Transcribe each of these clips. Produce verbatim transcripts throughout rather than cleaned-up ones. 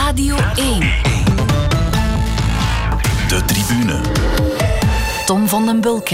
Radio één. De Tribune. Tom van den Bulke.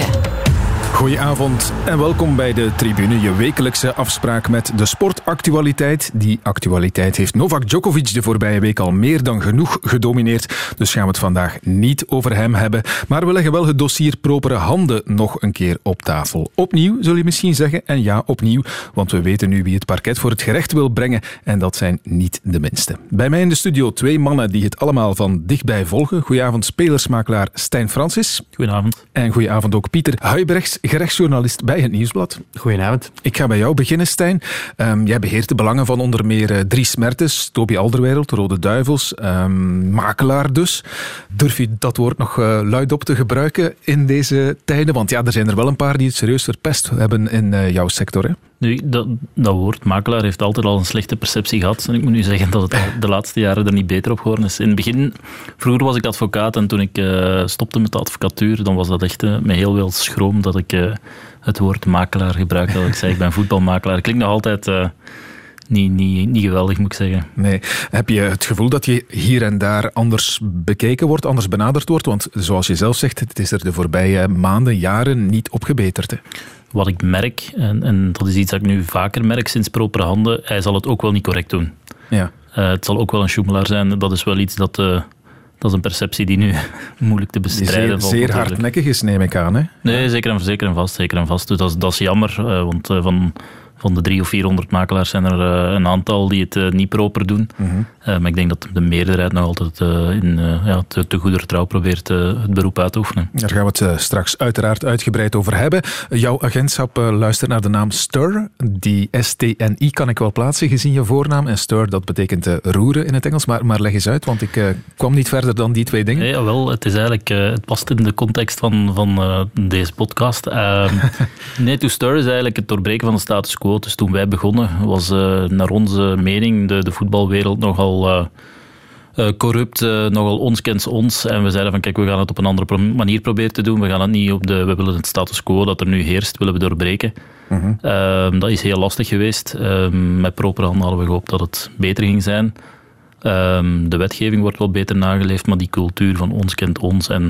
Goedenavond en welkom bij de Tribune, je wekelijkse afspraak met de sportactualiteit. Die actualiteit heeft Novak Djokovic de voorbije week al meer dan genoeg gedomineerd, dus gaan we het vandaag niet over hem hebben. Maar we leggen wel het dossier propere handen nog een keer op tafel. Opnieuw, zul je misschien zeggen, en ja, opnieuw, want we weten nu wie het parket voor het gerecht wil brengen en dat zijn niet de minste. Bij mij in de studio twee mannen die het allemaal van dichtbij volgen. Goedenavond, spelersmakelaar Stijn Francis. Goedenavond. En goedenavond ook Pieter Huybrechts, gerechtsjournalist bij het Nieuwsblad. Goedenavond. Ik ga bij jou beginnen, Stijn. Um, jij beheert de belangen van onder meer uh, Dries Mertens, Toby Alderweireld, Rode Duivels, um, makelaar dus. Durf je dat woord nog uh, luidop te gebruiken in deze tijden? Want ja, er zijn er wel een paar die het serieus verpest hebben in uh, jouw sector, hè? Nu, dat, dat woord makelaar heeft altijd al een slechte perceptie gehad. En ik moet nu zeggen dat het de laatste jaren er niet beter op geworden is. In het begin, vroeger was ik advocaat en toen ik uh, stopte met de advocatuur, dan was dat echt uh, met heel veel schroom dat ik uh, het woord makelaar gebruikte. Dat ik zei, ik ben voetbalmakelaar. Klinkt nog altijd uh, niet, niet, niet geweldig, moet ik zeggen. Nee. Heb je het gevoel dat je hier en daar anders bekeken wordt, anders benaderd wordt? Want zoals je zelf zegt, het is er de voorbije maanden, jaren niet opgebeterd, hè? Wat ik merk, en, en dat is iets dat ik nu vaker merk sinds propere handen, hij zal het ook wel niet correct doen. Ja. Uh, het zal ook wel een sjoemelaar zijn. Dat is wel iets dat... Uh, dat is een perceptie die nu moeilijk te bestrijden valt. Zeer, zeer hardnekkig is, neem ik aan, hè? Nee, ja. zeker, en, zeker en vast. Zeker en vast. Dus dat, is, dat is jammer, uh, want uh, van... Van de drie of vierhonderd makelaars zijn er uh, een aantal die het uh, niet proper doen. Mm-hmm. Uh, maar ik denk dat de meerderheid nog altijd uh, in uh, ja, te, te goeder trouw probeert uh, het beroep uit te oefenen. Daar gaan we het uh, straks uiteraard uitgebreid over hebben. Jouw agentschap uh, luistert naar de naam Stir. Die S T N I kan ik wel plaatsen gezien je voornaam. En Stir, dat betekent uh, roeren in het Engels. Maar, maar leg eens uit, want ik uh, kwam niet verder dan die twee dingen. Nee, jawel, het is eigenlijk... Uh, het past in de context van, van uh, deze podcast. Uh, nee, to Stir is eigenlijk het doorbreken van de status quo. Dus toen wij begonnen was uh, naar onze mening de, de voetbalwereld nogal uh, uh, corrupt, uh, nogal ons kent ons. En we zeiden van kijk, we gaan het op een andere manier proberen te doen. We gaan het niet op de, we willen het status quo dat er nu heerst, willen we doorbreken. Mm-hmm. Uh, dat is heel lastig geweest. Uh, met propere handen hadden we gehoopt dat het beter ging zijn. Uh, de wetgeving wordt wel beter nageleefd, maar die cultuur van ons kent ons en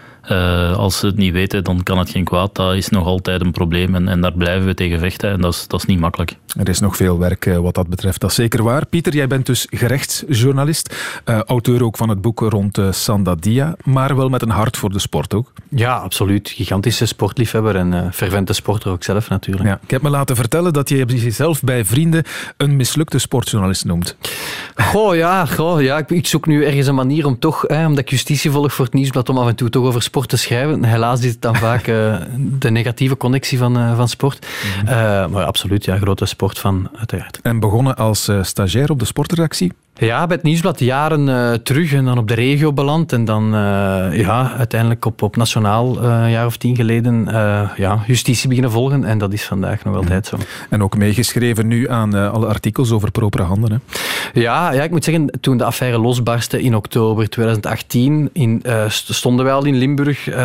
Uh, als ze het niet weten, dan kan het geen kwaad. Dat is nog altijd een probleem en, en daar blijven we tegen vechten. En dat is, dat is niet makkelijk. Er is nog veel werk uh, wat dat betreft, dat is zeker waar. Pieter, jij bent dus gerechtsjournalist. Uh, auteur ook van het boek rond uh, Sandadia, maar wel met een hart voor de sport ook. Ja, absoluut. Gigantische sportliefhebber en uh, fervente sporter ook zelf natuurlijk. Ja, ik heb me laten vertellen dat je jezelf bij vrienden een mislukte sportjournalist noemt. Goh, ja. Goh, ja. Ik, ik zoek nu ergens een manier om toch, eh, omdat ik justitie volg voor het Nieuwsblad, om af en toe toch over sport te schrijven. Helaas is het dan vaak uh, de negatieve connectie van, uh, van sport. Mm-hmm. Uh, maar absoluut, ja, grote sport van uiteraard. En begonnen als uh, stagiair op de sportredactie? Ja, bij het Nieuwsblad jaren uh, terug en dan op de regio beland en dan uh, ja, uiteindelijk op, op nationaal uh, een jaar of tien geleden uh, ja, justitie beginnen volgen en dat is vandaag nog altijd zo. En ook meegeschreven nu aan uh, alle artikels over propere handen, hè? Ja, ja, ik moet zeggen, toen de affaire losbarstte in oktober twintig achttien in, uh, stonden wij al in Limburg uh,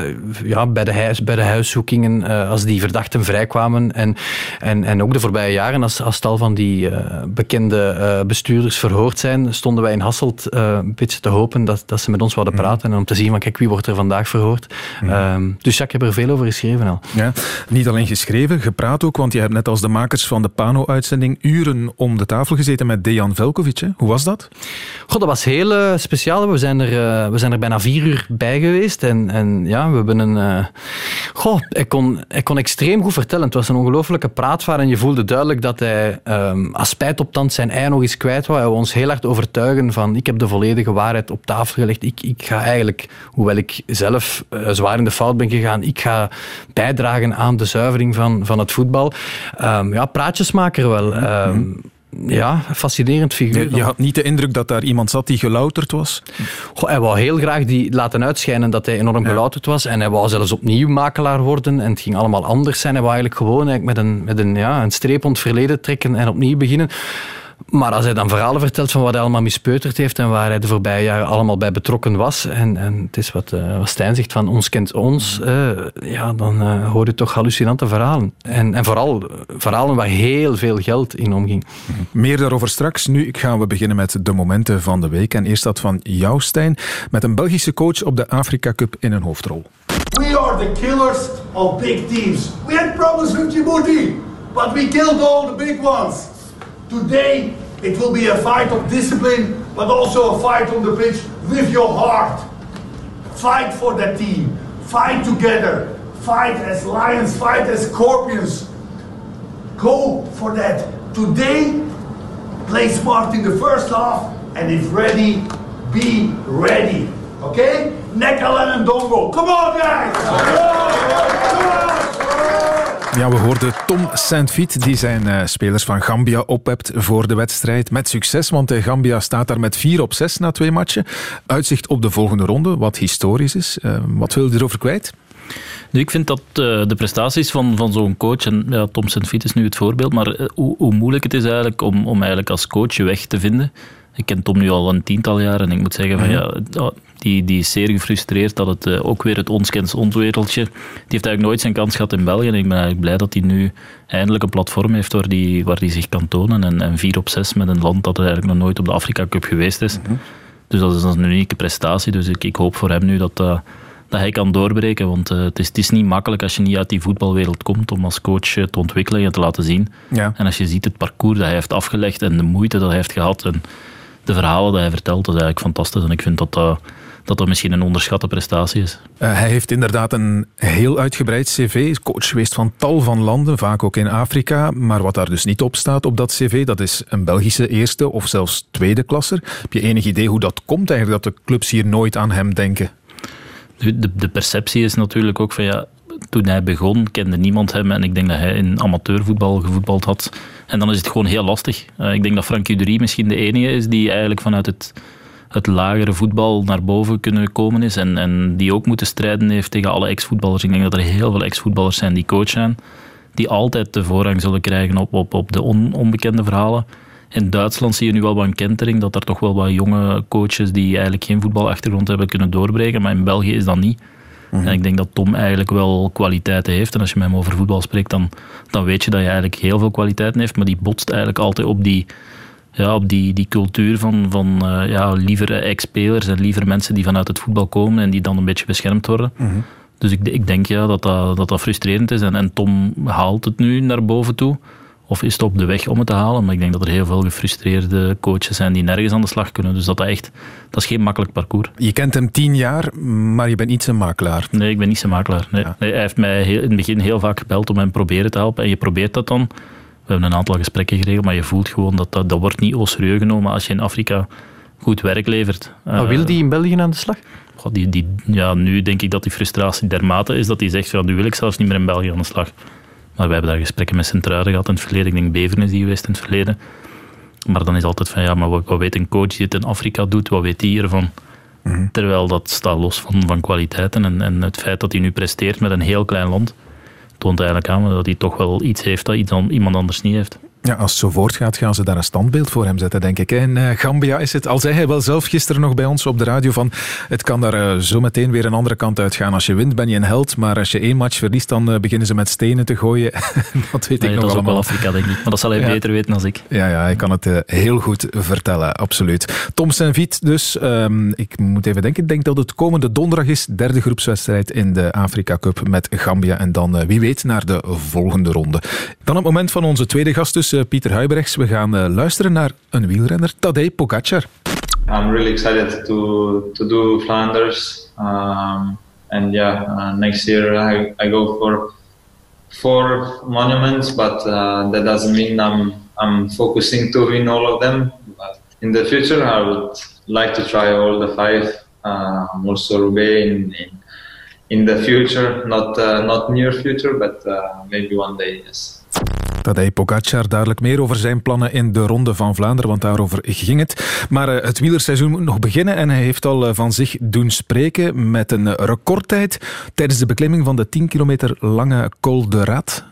ja, bij, de huis, bij de huiszoekingen uh, als die verdachten vrijkwamen en, en, en ook de voorbije jaren als, als tal van die uh, bekende uh, bestuurders verhoord zijn, stonden wij in Hasselt uh, een beetje te hopen dat, dat ze met ons wilden praten mm. en om te zien van kijk, wie wordt er vandaag verhoord. Mm. Um, dus ja, ik heb er veel over geschreven al. Ja, niet alleen geschreven, gepraat ook, want je hebt net als de makers van de Pano-uitzending uren om de tafel gezeten met Dejan Veljkovic. Hè? Hoe was dat? God, dat was heel uh, speciaal. We zijn, er, uh, we zijn er bijna vier uur bij geweest en, en ja, we hebben een... Uh, goh, hij kon, hij kon extreem goed vertellen. Het was een ongelofelijke praatvaar en je voelde duidelijk dat hij um, als spijt op tand zijn ei nog eens kwijt wou. Hij wou ons heel hard overtuigen van ik heb de volledige waarheid op tafel gelegd. Ik, ik ga eigenlijk, hoewel ik zelf uh, zwaar in de fout ben gegaan, ik ga bijdragen aan de zuivering van, van het voetbal. Um, ja, praatjesmaker wel. Um, mm-hmm. Ja, een fascinerend figuur. Je, je had niet de indruk dat daar iemand zat die gelouterd was? Goh, hij wou heel graag die laten uitschijnen dat hij enorm ja. gelouterd was. En hij wou zelfs opnieuw makelaar worden. En het ging allemaal anders zijn. Hij wou eigenlijk gewoon eigenlijk met, een, met een, ja, een streep om het verleden trekken en opnieuw beginnen. Maar als hij dan verhalen vertelt van wat hij allemaal mispeuterd heeft en waar hij de voorbije jaren allemaal bij betrokken was, en, en het is wat, uh, wat Stijn zegt van ons kent ons, uh, ja, dan uh, hoor je toch hallucinante verhalen. En, en vooral verhalen waar heel veel geld in omging. Meer daarover straks. Nu gaan we beginnen met de momenten van de week. En eerst dat van jou, Stijn, met een Belgische coach op de Afrika Cup in een hoofdrol. We are the killers of big teams. We had problems with Djibouti, but we killed all the big ones. Today, it will be a fight of discipline, but also a fight on the pitch with your heart. Fight for that team. Fight together. Fight as lions, fight as scorpions. Go for that. Today, play smart in the first half, and if ready, be ready. Okay? Nekalen en Dongo. Come on, guys! Come on! Ja, we hoorden Tom Saint-Vith, die zijn uh, spelers van Gambia ophebt voor de wedstrijd. Met succes, want uh, Gambia staat daar met vier op zes na twee matchen. Uitzicht op de volgende ronde, wat historisch is. Uh, wat wil je erover kwijt? Nu, ik vind dat uh, de prestaties van, van zo'n coach, en ja, Tom Saint-Vith is nu het voorbeeld, maar uh, hoe, hoe moeilijk het is eigenlijk om, om eigenlijk als coach je weg te vinden. Ik ken Tom nu al een tiental jaar en ik moet zeggen, van, ja, die, die is zeer gefrustreerd dat het uh, ook weer het ons kent ons wereldje. Die heeft eigenlijk nooit zijn kans gehad in België en ik ben eigenlijk blij dat hij nu eindelijk een platform heeft waar hij waar die zich kan tonen. En, en vier op zes met een land dat er eigenlijk nog nooit op de Afrika Cup geweest is. Mm-hmm. Dus dat is een unieke prestatie. Dus ik, ik hoop voor hem nu dat, uh, dat hij kan doorbreken. Want uh, het, is, het is niet makkelijk als je niet uit die voetbalwereld komt om als coach uh, te ontwikkelen en te laten zien. Ja. En als je ziet het parcours dat hij heeft afgelegd en de moeite dat hij heeft gehad en de verhalen die hij vertelt, dat is eigenlijk fantastisch. En ik vind dat dat, dat, dat misschien een onderschatte prestatie is. Uh, hij heeft inderdaad een heel uitgebreid cv. Coach geweest van tal van landen, vaak ook in Afrika. Maar wat daar dus niet op staat op dat cv, dat is een Belgische eerste of zelfs tweede klasser. Heb je enig idee hoe dat komt eigenlijk, dat de clubs hier nooit aan hem denken? De, de, de perceptie is natuurlijk ook van ja, toen hij begon kende niemand hem en ik denk dat hij in amateurvoetbal gevoetbald had. En dan is het gewoon heel lastig. Uh, ik denk dat Frankie Dury misschien de enige is die eigenlijk vanuit het, het lagere voetbal naar boven kunnen komen is en, en die ook moeten strijden heeft tegen alle ex-voetballers. Ik denk dat er heel veel ex-voetballers zijn die coach zijn, die altijd de voorrang zullen krijgen op, op, op de on, onbekende verhalen. In Duitsland zie je nu wel wat een kentering, dat er toch wel wat jonge coaches die eigenlijk geen voetbalachtergrond hebben kunnen doorbreken, maar in België is dat niet. Mm-hmm. En ik denk dat Tom eigenlijk wel kwaliteiten heeft. En als je met hem over voetbal spreekt, dan, dan weet je dat hij eigenlijk heel veel kwaliteiten heeft. Maar die botst eigenlijk altijd op die, ja, op die, die cultuur van, van uh, ja, liever ex-spelers en liever mensen die vanuit het voetbal komen en die dan een beetje beschermd worden. Mm-hmm. Dus ik, ik denk ja, dat, dat, dat dat frustrerend is. En, en Tom haalt het nu naar boven toe. Of is het op de weg om het te halen. Maar ik denk dat er heel veel gefrustreerde coaches zijn die nergens aan de slag kunnen. Dus dat, dat, echt, dat is geen makkelijk parcours. Je kent hem tien jaar, maar je bent niet zijn makelaar. Nee, ik ben niet zijn makelaar. Nee. Ja. Nee, hij heeft mij heel, in het begin heel vaak gebeld om hem proberen te helpen. En je probeert dat dan. We hebben een aantal gesprekken geregeld, maar je voelt gewoon dat dat, dat wordt niet au serieus genomen als je in Afrika goed werk levert. Maar wil die in België aan de slag? God, die, die, ja, nu denk ik dat die frustratie dermate is dat hij zegt, ja, nu wil ik zelfs niet meer in België aan de slag. Maar we hebben daar gesprekken met Sint-Truiden gehad in het verleden. Ik denk Beveren is die geweest in het verleden. Maar dan is altijd van, ja, maar wat, wat weet een coach die het in Afrika doet? Wat weet hij ervan? Mm-hmm. Terwijl dat staat los van, van kwaliteiten. En, en het feit dat hij nu presteert met een heel klein land, toont eigenlijk aan dat hij toch wel iets heeft dat iets, iemand anders niet heeft. Ja, als het zo voortgaat, gaan ze daar een standbeeld voor hem zetten, denk ik. In uh, Gambia is het, al zei hij wel zelf gisteren nog bij ons op de radio, van het kan daar uh, zo meteen weer een andere kant uit gaan. Als je wint ben je een held, maar als je één match verliest, dan uh, beginnen ze met stenen te gooien. Dat weet nee, ik nog allemaal. Dat is ook wel Afrika, denk ik. Maar dat zal hij ja. beter weten dan ik. Ja, ja, hij kan het uh, heel goed vertellen, absoluut. Tom Saint-Vith dus. Um, ik moet even denken, ik denk dat het komende donderdag is. Derde groepswedstrijd in de Afrika Cup met Gambia. En dan, uh, wie weet, naar de volgende ronde. Dan het moment van onze tweede gast dus, uh, Pieter Huybrechts. We gaan uh, luisteren naar een wielrenner, Tadej Pogačar. I'm really excited to to do Flanders, um, and yeah, uh, next year I, I go for four monuments, but uh, that doesn't mean I'm I'm focusing to win all of them. But in the future, I would like to try all the five. Uh, also Roubaix in, in in the future, not uh, not near future, but uh, maybe one day, yes. Tadej Pogačar, dadelijk meer over zijn plannen in de Ronde van Vlaanderen, want daarover ging het. Maar uh, het wielerseizoen moet nog beginnen en hij heeft al uh, van zich doen spreken met een uh, recordtijd tijdens de beklimming van de tien kilometer lange Col de Rat.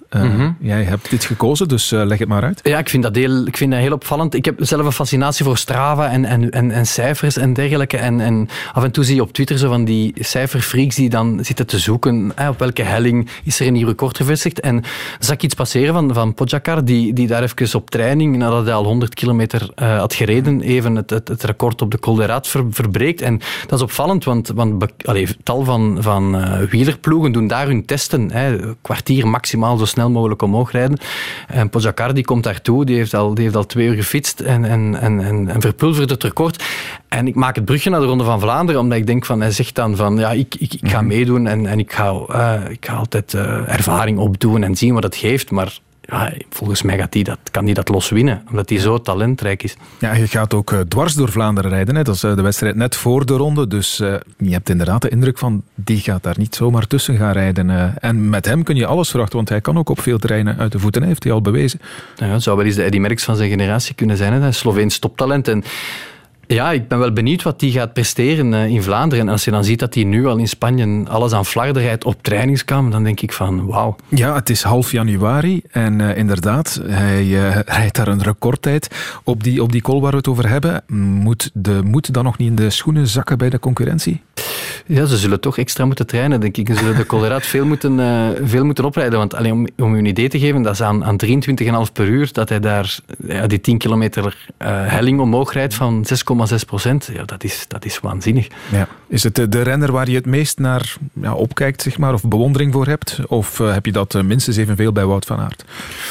Uh, mm-hmm. Jij hebt dit gekozen, dus uh, leg het maar uit. Ja, ik vind dat heel, ik vind dat heel opvallend. Ik heb zelf een fascinatie voor Strava en, en, en, en cijfers en dergelijke. En, en af en toe zie je op Twitter zo van die cijferfreaks die dan zitten te zoeken hè, op welke helling is er een nieuw record gevestigd. En dan zag ik iets passeren van, van Pogačar, die, die daar even op training, nadat hij al honderd kilometer uh, had gereden, even het, het, het record op de Col d'Herrat ver, verbreekt. En dat is opvallend, want, want allee, tal van, van uh, wielerploegen doen daar hun testen. Hè, een kwartier maximaal zo snel mogelijk omhoog rijden. En Pogačar die komt daartoe, die heeft al, die heeft al twee uur gefietst en, en, en, en, en verpulvert het record. En ik maak het brugje naar de Ronde van Vlaanderen, omdat ik denk van, hij zegt dan van, ja, ik, ik, ik ga meedoen en, en ik, ga, uh, ik ga altijd uh, ervaring opdoen en zien wat het geeft, maar ja, volgens mij gaat die dat, kan hij dat los winnen, omdat hij zo talentrijk is. Ja, je gaat ook uh, dwars door Vlaanderen rijden. Hè. Dat is uh, de wedstrijd net voor de ronde. Dus uh, je hebt inderdaad de indruk van, die gaat daar niet zomaar tussen gaan rijden. Uh, en met hem kun je alles verwachten, want hij kan ook op veel terreinen uit de voeten. Heeft hij al bewezen. Ja, het zou wel eens de Eddy Merckx van zijn generatie kunnen zijn. Hè. Een Sloveens toptalent. En ja, ik ben wel benieuwd wat hij gaat presteren uh, in Vlaanderen. En als je dan ziet dat hij nu al in Spanje alles aan flarden rijdt op trainingskamp, dan denk ik van wauw. Ja, het is half januari en uh, inderdaad, hij uh, rijdt daar een recordtijd op die, op die col waar we het over hebben. Moet de moed dan nog niet in de schoenen zakken bij de concurrentie? Ja, ze zullen toch extra moeten trainen, denk ik. Ze zullen de Col d'Herrat veel moeten, uh, veel moeten oprijden. Want alleen om, om u een idee te geven, dat is aan, aan drieëntwintig komma vijf per uur dat hij daar ja, die tien kilometer uh, helling omhoog rijdt van zes komma zes procent. Ja, dat is, dat is waanzinnig. Ja. Is het de renner waar je het meest naar ja, opkijkt, zeg maar, of bewondering voor hebt? Of uh, heb je dat uh, minstens evenveel bij Wout van Aert?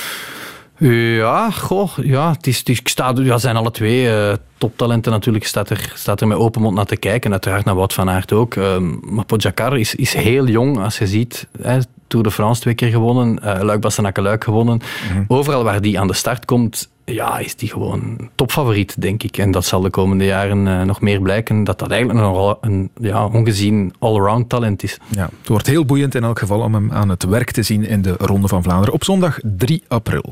Ja, goh, ja, het is, het is, ik sta, ja, zijn alle twee uh, toptalenten natuurlijk. Staat er, staat er met open mond naar te kijken. Uiteraard naar Wout van Aert ook. Uh, maar Pogačar is, is heel jong, als je ziet. Hè, Tour de France twee keer gewonnen. Uh, Luik-Bastenaken-Luik gewonnen. Mm-hmm. Overal waar die aan de start komt, ja, is die gewoon topfavoriet, denk ik. En dat zal de komende jaren uh, nog meer blijken. Dat dat eigenlijk een, een ja, ongezien all-around talent is. Ja, het wordt heel boeiend in elk geval om hem aan het werk te zien in de Ronde van Vlaanderen op zondag drie april.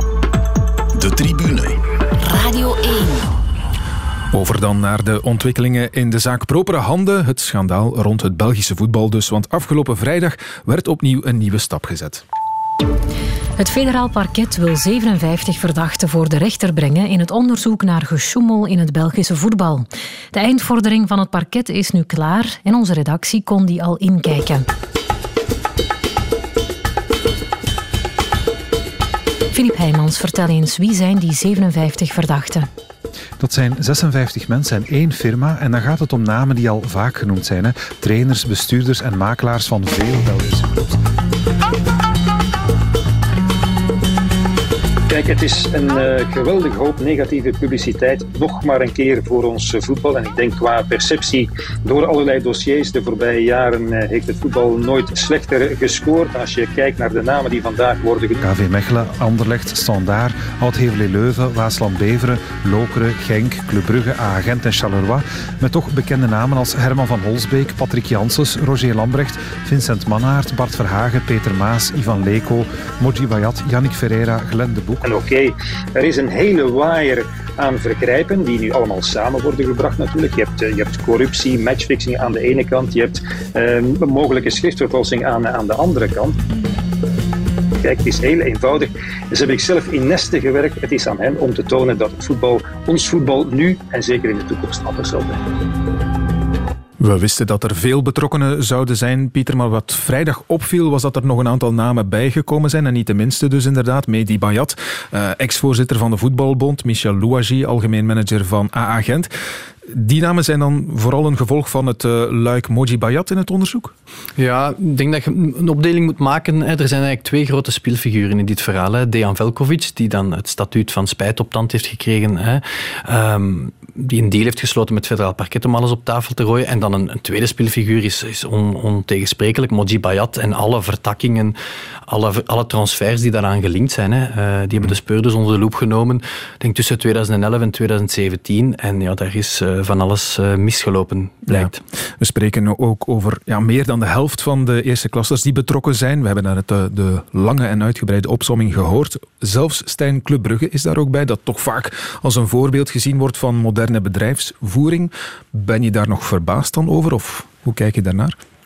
De Tribune. Radio één. Over dan naar de ontwikkelingen in de zaak propere handen. Het schandaal rond het Belgische voetbal dus. Want afgelopen vrijdag werd opnieuw een nieuwe stap gezet. Het federaal parket wil zevenenvijftig verdachten voor de rechter brengen in het onderzoek naar gesjoemel in het Belgische voetbal. De eindvordering van het parket is nu klaar en onze redactie kon die al inkijken. Filip Heijmans, vertel eens, wie zijn die zevenenvijftig verdachten? Dat zijn zesenvijftig mensen en één firma. En dan gaat het om namen die al vaak genoemd zijn. Hè. Trainers, bestuurders en makelaars van veel Belgische clubs. Kijk, het is een uh, geweldige hoop negatieve publiciteit. Nog maar een keer voor ons uh, voetbal. En ik denk qua perceptie, door allerlei dossiers de voorbije jaren uh, heeft het voetbal nooit slechter gescoord. Als je kijkt naar de namen die vandaag worden genoemd. K V Mechelen, Anderlecht, Standaard, Oud-Heverlee-Leuven, Waasland-Beveren, Lokeren, Genk, Club Brugge, A-Gent en Charleroi. Met toch bekende namen als Herman van Holsbeek, Patrick Janssens, Roger Lambrecht, Vincent Mannaert, Bart Verhagen, Peter Maas, Ivan Leko, Moji Bayat, Yannick Ferreira, Glenn de Boek. En oké, okay, er is een hele waaier aan vergrijpen die nu allemaal samen worden gebracht natuurlijk. Je hebt, je hebt corruptie, matchfixing aan de ene kant, je hebt uh, mogelijke schriftvervalsing aan, aan de andere kant. Kijk, het is heel eenvoudig. Dus heb ik zelf in nesten gewerkt. Het is aan hen om te tonen dat het voetbal, ons voetbal nu en zeker in de toekomst anders zal zijn. We wisten dat er veel betrokkenen zouden zijn, Pieter, maar wat vrijdag opviel was dat er nog een aantal namen bijgekomen zijn en niet de minste dus inderdaad. Mehdi Bayat, uh, ex-voorzitter van de Voetbalbond, Michel Louagie, algemeen manager van A A Gent. Die namen zijn dan vooral een gevolg van het uh, luik Moji Bayat in het onderzoek? Ja, ik denk dat je een opdeling moet maken. Hè. Er zijn eigenlijk twee grote speelfiguren in dit verhaal. Hè. Dejan Velkovic, die dan het statuut van spijt op tand heeft gekregen. Hè. Um, die een deal heeft gesloten met het federaal parket om alles op tafel te gooien. En dan een, een tweede speelfiguur is, is on, ontegensprekelijk Moji Bayat en alle vertakkingen, alle, alle transfers die daaraan gelinkt zijn. Hè. Uh, die hebben de speurders onder de loep genomen. Ik denk tussen tweeduizend elf en tweeduizend zeventien. En ja, daar is uh, van alles uh, misgelopen, blijkt. Ja. We spreken ook over ja, meer dan de helft van de eerste klassers die betrokken zijn. We hebben net de, de lange en uitgebreide opsomming gehoord. Zelfs Stijn Club Brugge is daar ook bij, dat toch vaak als een voorbeeld gezien wordt van moderne bedrijfsvoering. Ben je daar nog verbaasd dan over of hoe kijk je daarnaar?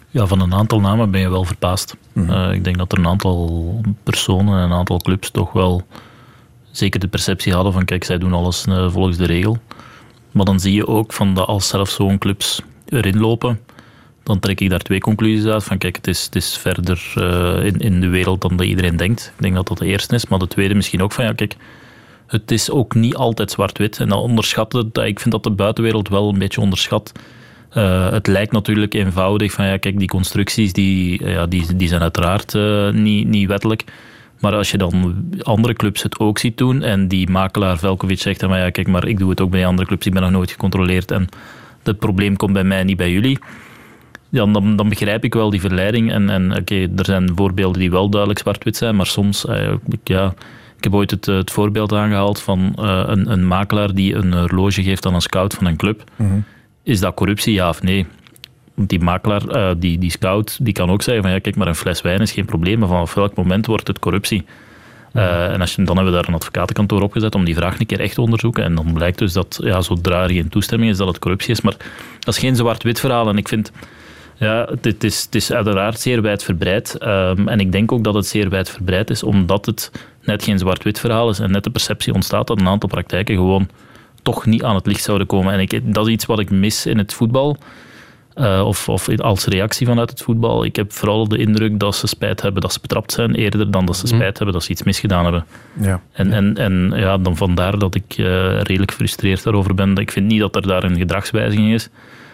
Ja, van een aantal namen ben je wel verbaasd. Mm. Uh, ik denk dat er een aantal personen en een aantal clubs toch wel zeker de perceptie hadden van kijk, zij doen alles uh, volgens de regel. Maar dan zie je ook van dat als zelfs zo'n clubs erin lopen, dan trek ik daar twee conclusies uit. Van kijk, het is, het is verder uh, in, in de wereld dan dat iedereen denkt. Ik denk dat dat de eerste is. Maar de tweede misschien ook van ja, kijk, het is ook niet altijd zwart-wit. En dat onderschatten, dat, ik vind dat de buitenwereld wel een beetje onderschat. Uh, het lijkt natuurlijk eenvoudig van ja, kijk, die constructies die, ja, die, die zijn uiteraard uh, niet, niet wettelijk. Maar als je dan andere clubs het ook ziet doen en die makelaar Veljković zegt dan, maar ja, kijk, maar ik doe het ook bij die andere clubs, ik ben nog nooit gecontroleerd en het probleem komt bij mij, niet bij jullie. Ja, dan, dan begrijp ik wel die verleiding. En, en oké, okay, er zijn voorbeelden die wel duidelijk zwart-wit zijn, maar soms, uh, ik, ja, ik heb ooit het, het voorbeeld aangehaald van uh, een, een makelaar die een horloge geeft aan een scout van een club. Mm-hmm. Is dat corruptie, ja of nee? Die makelaar, uh, die, die scout, die kan ook zeggen van ja, kijk, maar een fles wijn is geen probleem, maar vanaf welk moment wordt het corruptie? Uh, en als je, dan hebben we daar een advocatenkantoor opgezet om die vraag een keer echt te onderzoeken. En dan blijkt dus dat ja, zodra er geen toestemming is, dat het corruptie is. Maar dat is geen zwart-wit verhaal. En ik vind, ja, het, het, is, het is uiteraard zeer wijdverbreid. Um, en ik denk ook dat het zeer wijdverbreid is, omdat het net geen zwart-wit verhaal is. En net de perceptie ontstaat dat een aantal praktijken gewoon toch niet aan het licht zouden komen. En ik, dat is iets wat ik mis in het voetbal. Uh, of, of als reactie vanuit het voetbal. Ik heb vooral de indruk dat ze spijt hebben dat ze betrapt zijn, eerder dan dat ze spijt mm. hebben dat ze iets misgedaan hebben. Ja. En, en, en ja, dan vandaar dat ik uh, redelijk gefrustreerd daarover ben. Ik vind niet dat er daar een gedragswijziging is.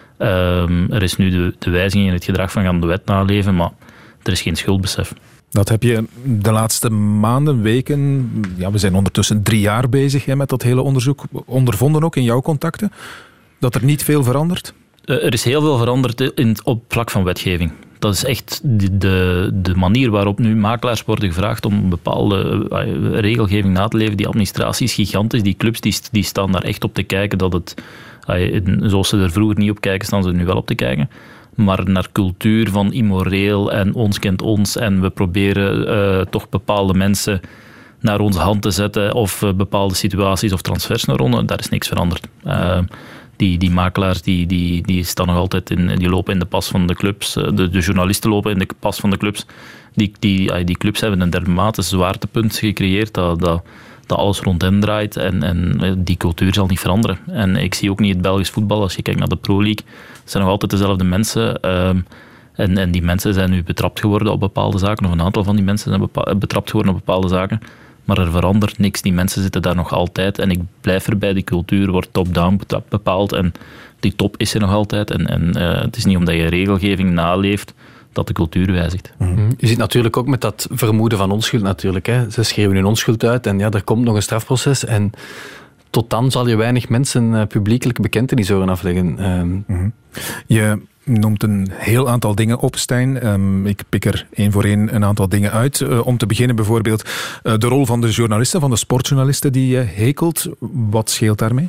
Um, er is nu de, de wijziging in het gedrag van gaan de wet naleven, maar er is geen schuldbesef. Dat heb je de laatste maanden, weken, ja, we zijn ondertussen drie jaar bezig hè, met dat hele onderzoek, ondervonden ook in jouw contacten, dat er niet veel verandert? Uh, er is heel veel veranderd in, op vlak van wetgeving. Dat is echt de, de, de manier waarop nu makelaars worden gevraagd om een bepaalde uh, regelgeving na te leven. Die administratie is gigantisch. Die clubs die, die staan daar echt op te kijken. Dat het, uh, zoals ze er vroeger niet op kijken, staan ze er nu wel op te kijken. Maar naar cultuur van immoreel en ons kent ons. En we proberen uh, toch bepaalde mensen naar onze hand te zetten. Of uh, bepaalde situaties of transfers naar onder. Daar is niks veranderd. Uh, Die, die makelaars die, die, die staan nog altijd in, die lopen in de pas van de clubs. De, de journalisten lopen in de pas van de clubs. Die, die, die clubs hebben een dermate zwaartepunt gecreëerd dat, dat, dat alles rond hen draait. En, en die cultuur zal niet veranderen. En ik zie ook niet het Belgisch voetbal. Als je kijkt naar de Pro League, het zijn nog altijd dezelfde mensen. Um, en, en die mensen zijn nu betrapt geworden op bepaalde zaken. Of een aantal van die mensen zijn bepa- betrapt geworden op bepaalde zaken. Maar er verandert niks. Die mensen zitten daar nog altijd. En ik blijf erbij, die cultuur wordt top-down bepaald. En die top is er nog altijd. En, en uh, het is niet omdat je regelgeving naleeft dat de cultuur wijzigt. Mm-hmm. Je ziet natuurlijk ook met dat vermoeden van onschuld natuurlijk. Hè. Ze schreeuwen hun onschuld uit en ja, er komt nog een strafproces. En tot dan zal je weinig mensen uh, publiekelijk bekentenis horen afleggen. Um. Mm-hmm. Je noemt een heel aantal dingen op, Stijn. Um, ik pik er één voor één een aantal dingen uit. Uh, om te beginnen bijvoorbeeld uh, de rol van de journalisten, van de sportjournalisten die je hekelt. Wat scheelt daarmee?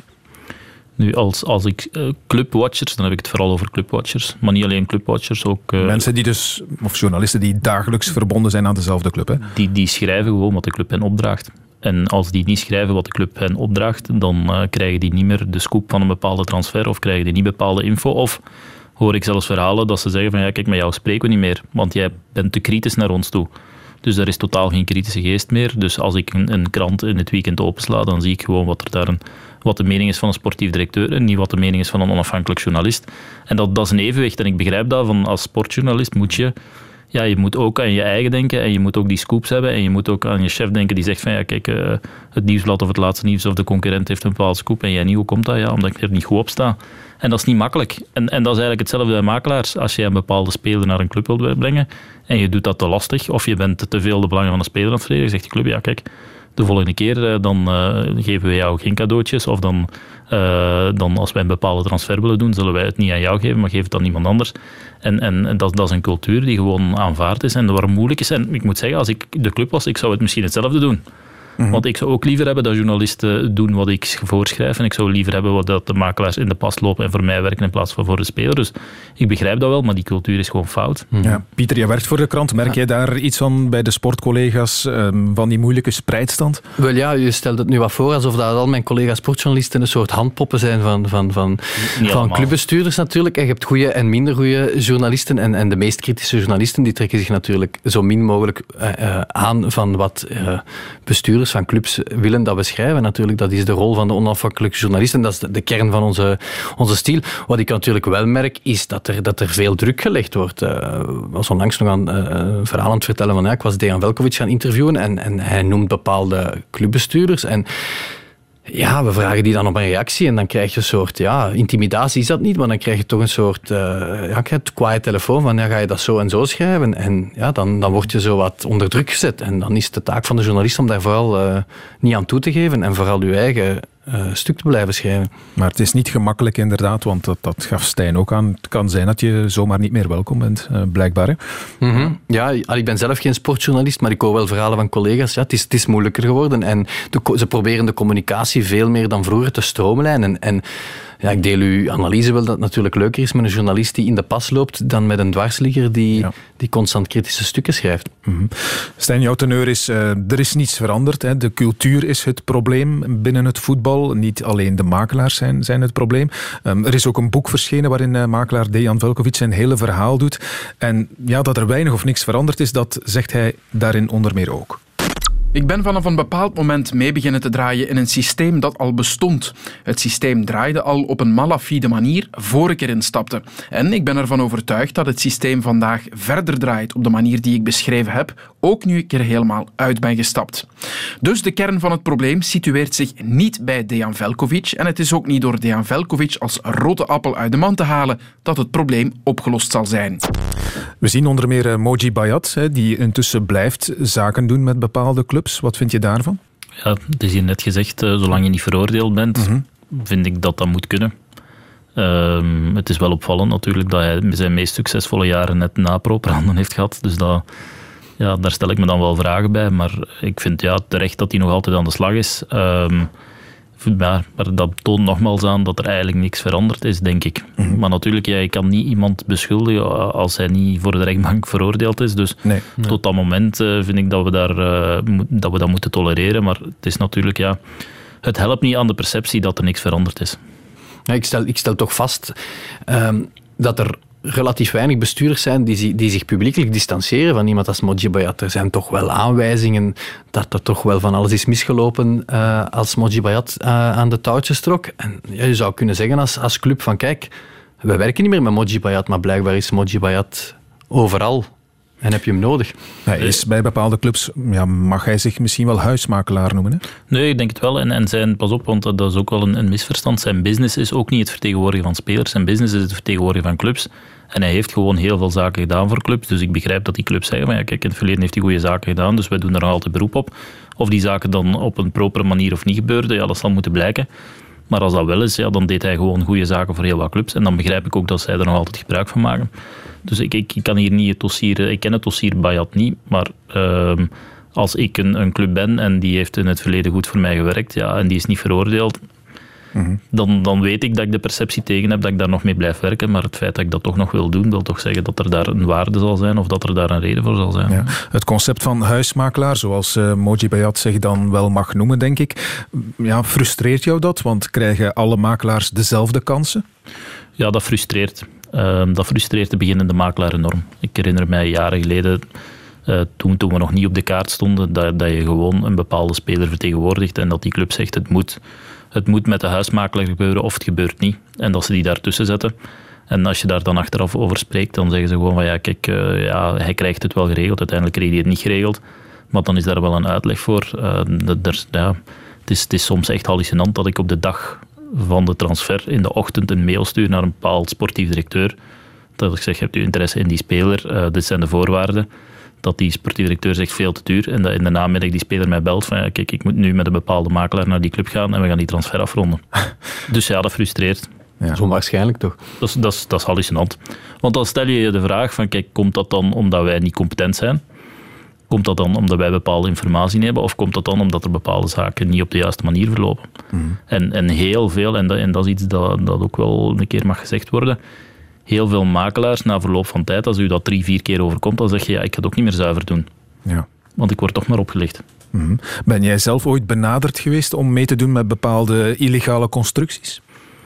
Nu, als, als ik uh, clubwatchers, dan heb ik het vooral over clubwatchers. Maar niet alleen clubwatchers, ook... Uh, Mensen die dus, of journalisten die dagelijks verbonden zijn aan dezelfde club, hè? Die, die schrijven gewoon wat de club hen opdraagt. En als die niet schrijven wat de club hen opdraagt, dan uh, krijgen die niet meer de scoop van een bepaalde transfer, of krijgen die niet bepaalde info, of hoor ik zelfs verhalen dat ze zeggen van ja, kijk, met jou spreken we niet meer, want jij bent te kritisch naar ons toe. Dus er is totaal geen kritische geest meer. Dus als ik een, een krant in het weekend opensla, dan zie ik gewoon wat er daar een, wat de mening is van een sportief directeur en niet wat de mening is van een onafhankelijk journalist. En dat, dat is een evenwicht. En ik begrijp dat, van als sportjournalist moet je, ja, je moet ook aan je eigen denken en je moet ook die scoops hebben en je moet ook aan je chef denken die zegt van ja, kijk, uh, het nieuwsblad of het laatste nieuws of de concurrent heeft een bepaalde scoop en jij niet, hoe komt dat? Ja, omdat ik er niet goed op sta. En dat is niet makkelijk. En, en dat is eigenlijk hetzelfde bij makelaars. Als je een bepaalde speler naar een club wilt brengen en je doet dat te lastig of je bent te veel de belangen van de speler aan het verdedigen, zegt die club, ja kijk, de volgende keer dan uh, geven we jou geen cadeautjes of dan, uh, dan als wij een bepaalde transfer willen doen, zullen wij het niet aan jou geven, maar geef het aan iemand anders. En, en, en dat, dat is een cultuur die gewoon aanvaard is en waar moeilijk is. En ik moet zeggen, als ik de club was, ik zou het misschien hetzelfde doen. Mm-hmm. Want ik zou ook liever hebben dat journalisten doen wat ik voorschrijf en ik zou liever hebben wat dat de makelaars in de pas lopen en voor mij werken in plaats van voor de speler. Dus ik begrijp dat wel, maar die cultuur is gewoon fout. Mm-hmm. Ja, Pieter, jij werkt voor de krant. Merk jij daar iets van bij de sportcollega's um, van die moeilijke spreidstand? Wel ja, je stelt het nu wat voor alsof dat al mijn collega's sportjournalisten een soort handpoppen zijn van, van, van, van clubbestuurders natuurlijk. En je hebt goede en minder goede journalisten en, en de meest kritische journalisten die trekken zich natuurlijk zo min mogelijk uh, uh, aan van wat uh, bestuurders van clubs willen dat we schrijven. Natuurlijk, dat is de rol van de onafhankelijke journalist en dat is de, de kern van onze, onze stijl. Wat ik natuurlijk wel merk, is dat er, dat er veel druk gelegd wordt. Ik uh, was onlangs nog aan uh, een verhaal aan het vertellen van ja, ik was Dejan Veljković gaan interviewen en, en hij noemt bepaalde clubbestuurders en ja, we vragen die dan op een reactie en dan krijg je een soort, ja, intimidatie is dat niet, maar dan krijg je toch een soort, uh, ja, het kwaaie telefoon van, ja, ga je dat zo en zo schrijven? En ja, dan, dan word je zo wat onder druk gezet. En dan is het de taak van de journalist om daar vooral uh, niet aan toe te geven en vooral je eigen uh, stuk te blijven schrijven. Maar het is niet gemakkelijk inderdaad, want dat, dat gaf Stijn ook aan. Het kan zijn dat je zomaar niet meer welkom bent, uh, blijkbaar. Hè? Mm-hmm. Ja, ik ben zelf geen sportjournalist, maar ik hoor wel verhalen van collega's. Ja, het, is, het is moeilijker geworden en de, ze proberen de communicatie veel meer dan vroeger te stroomlijnen. En ja, ik deel uw analyse wel dat het natuurlijk leuker is met een journalist die in de pas loopt dan met een dwarsligger die, ja. die constant kritische stukken schrijft. Mm-hmm. Stijn, jouw teneur is, uh, er is niets veranderd. Hè. De cultuur is het probleem binnen het voetbal. Niet alleen de makelaars zijn, zijn het probleem. Um, er is ook een boek verschenen waarin uh, makelaar Dejan Veljković zijn hele verhaal doet. En ja, dat er weinig of niks veranderd is, dat zegt hij daarin onder meer ook. Ik ben vanaf een bepaald moment mee beginnen te draaien in een systeem dat al bestond. Het systeem draaide al op een malafide manier voor ik erin stapte. En ik ben ervan overtuigd dat het systeem vandaag verder draait op de manier die ik beschreven heb, ook nu ik er helemaal uit ben gestapt. Dus de kern van het probleem situeert zich niet bij Dejan Veljković en het is ook niet door Dejan Veljković als rode appel uit de mand te halen dat het probleem opgelost zal zijn. We zien onder meer uh, Moji Bayat, die intussen blijft zaken doen met bepaalde clubs. Wat vind je daarvan? Ja, het is hier net gezegd, uh, zolang je niet veroordeeld bent, mm-hmm. vind ik dat dat moet kunnen. Uh, het is wel opvallend natuurlijk dat hij zijn meest succesvolle jaren net na pro-branden heeft gehad. Dus dat, ja, daar stel ik me dan wel vragen bij. Maar ik vind ja, terecht dat hij nog altijd aan de slag is. Uh, Ja, maar dat toont nogmaals aan dat er eigenlijk niks veranderd is, denk ik. Mm-hmm. Maar natuurlijk, ja, je kan niet iemand beschuldigen als hij niet voor de rechtbank veroordeeld is. Dus nee, nee. tot dat moment uh, vind ik dat we, daar, uh, mo- dat we dat moeten tolereren. Maar het is natuurlijk, ja, het helpt niet aan de perceptie dat er niks veranderd is. Ja, ik, stel, ik stel toch vast um, dat er relatief weinig bestuurders zijn die, die zich publiekelijk distancieren van iemand als Moji Bayat. Er zijn toch wel aanwijzingen dat er toch wel van alles is misgelopen uh, als Moji Bayat uh, aan de touwtjes trok. En ja, je zou kunnen zeggen als, als club van kijk, we werken niet meer met Moji Bayat, maar blijkbaar is Moji Bayat overal. En heb je hem nodig? Hij is bij bepaalde clubs, ja, mag hij zich misschien wel huismakelaar noemen? Hè? Nee, ik denk het wel. En, en zijn, pas op, want dat is ook wel een, een misverstand. Zijn business is ook niet het vertegenwoordigen van spelers. Zijn business is het vertegenwoordigen van clubs. En hij heeft gewoon heel veel zaken gedaan voor clubs. Dus ik begrijp dat die clubs zeggen, van, ja, kijk, in het verleden heeft hij goede zaken gedaan, dus wij doen er nog altijd beroep op. Of die zaken dan op een propere manier of niet gebeurden, ja, dat zal moeten blijken. Maar als dat wel is, ja, dan deed hij gewoon goede zaken voor heel wat clubs. En dan begrijp ik ook dat zij er nog altijd gebruik van maken. Dus ik, ik, ik kan hier niet het dossier... Ik ken het dossier Bayat niet, maar uh, als ik een, een club ben en die heeft in het verleden goed voor mij gewerkt, ja, en die is niet veroordeeld, mm-hmm. dan, dan weet ik dat ik de perceptie tegen heb dat ik daar nog mee blijf werken. Maar het feit dat ik dat toch nog wil doen, wil toch zeggen dat er daar een waarde zal zijn of dat er daar een reden voor zal zijn. Ja. Het concept van huismakelaar, zoals uh, Moji Bayat zich dan wel mag noemen, denk ik. Ja, frustreert jou dat? Want krijgen alle makelaars dezelfde kansen? Ja, dat frustreert. Uh, dat frustreert de beginnende makelaar enorm. Ik herinner mij jaren geleden, uh, toen, toen we nog niet op de kaart stonden, dat, dat je gewoon een bepaalde speler vertegenwoordigt en dat die club zegt het moet, het moet met de huismakelaar gebeuren of het gebeurt niet. En dat ze die daartussen zetten. En als je daar dan achteraf over spreekt, dan zeggen ze gewoon van ja, kijk, uh, ja, hij krijgt het wel geregeld. Uiteindelijk kreeg hij het niet geregeld. Maar dan is daar wel een uitleg voor. Uh, dat, er, ja, het, is, het is soms echt hallucinant dat ik op de dag van de transfer in de ochtend een mail stuur naar een bepaald sportief directeur. Dat ik zeg, hebt u interesse in die speler? Uh, dit zijn de voorwaarden. Dat die sportief directeur zegt veel te duur. En dat in de namiddag die speler mij belt van ja, kijk, ik moet nu met een bepaalde makelaar naar die club gaan en we gaan die transfer afronden. Dus ja, dat frustreert. Ja. Zo waarschijnlijk toch? Dat is, dat, is, dat is hallucinant. Want dan stel je je de vraag van kijk, komt dat dan omdat wij niet competent zijn? Komt dat dan omdat wij bepaalde informatie hebben of komt dat dan omdat er bepaalde zaken niet op de juiste manier verlopen? Mm. En, en heel veel, en dat, en dat is iets dat, dat ook wel een keer mag gezegd worden, heel veel makelaars na verloop van tijd, als u dat drie, vier keer overkomt, dan zeg je, ja, ik ga het ook niet meer zuiver doen. Ja. Want ik word toch maar opgelicht. Mm. Ben jij zelf ooit benaderd geweest om mee te doen met bepaalde illegale constructies?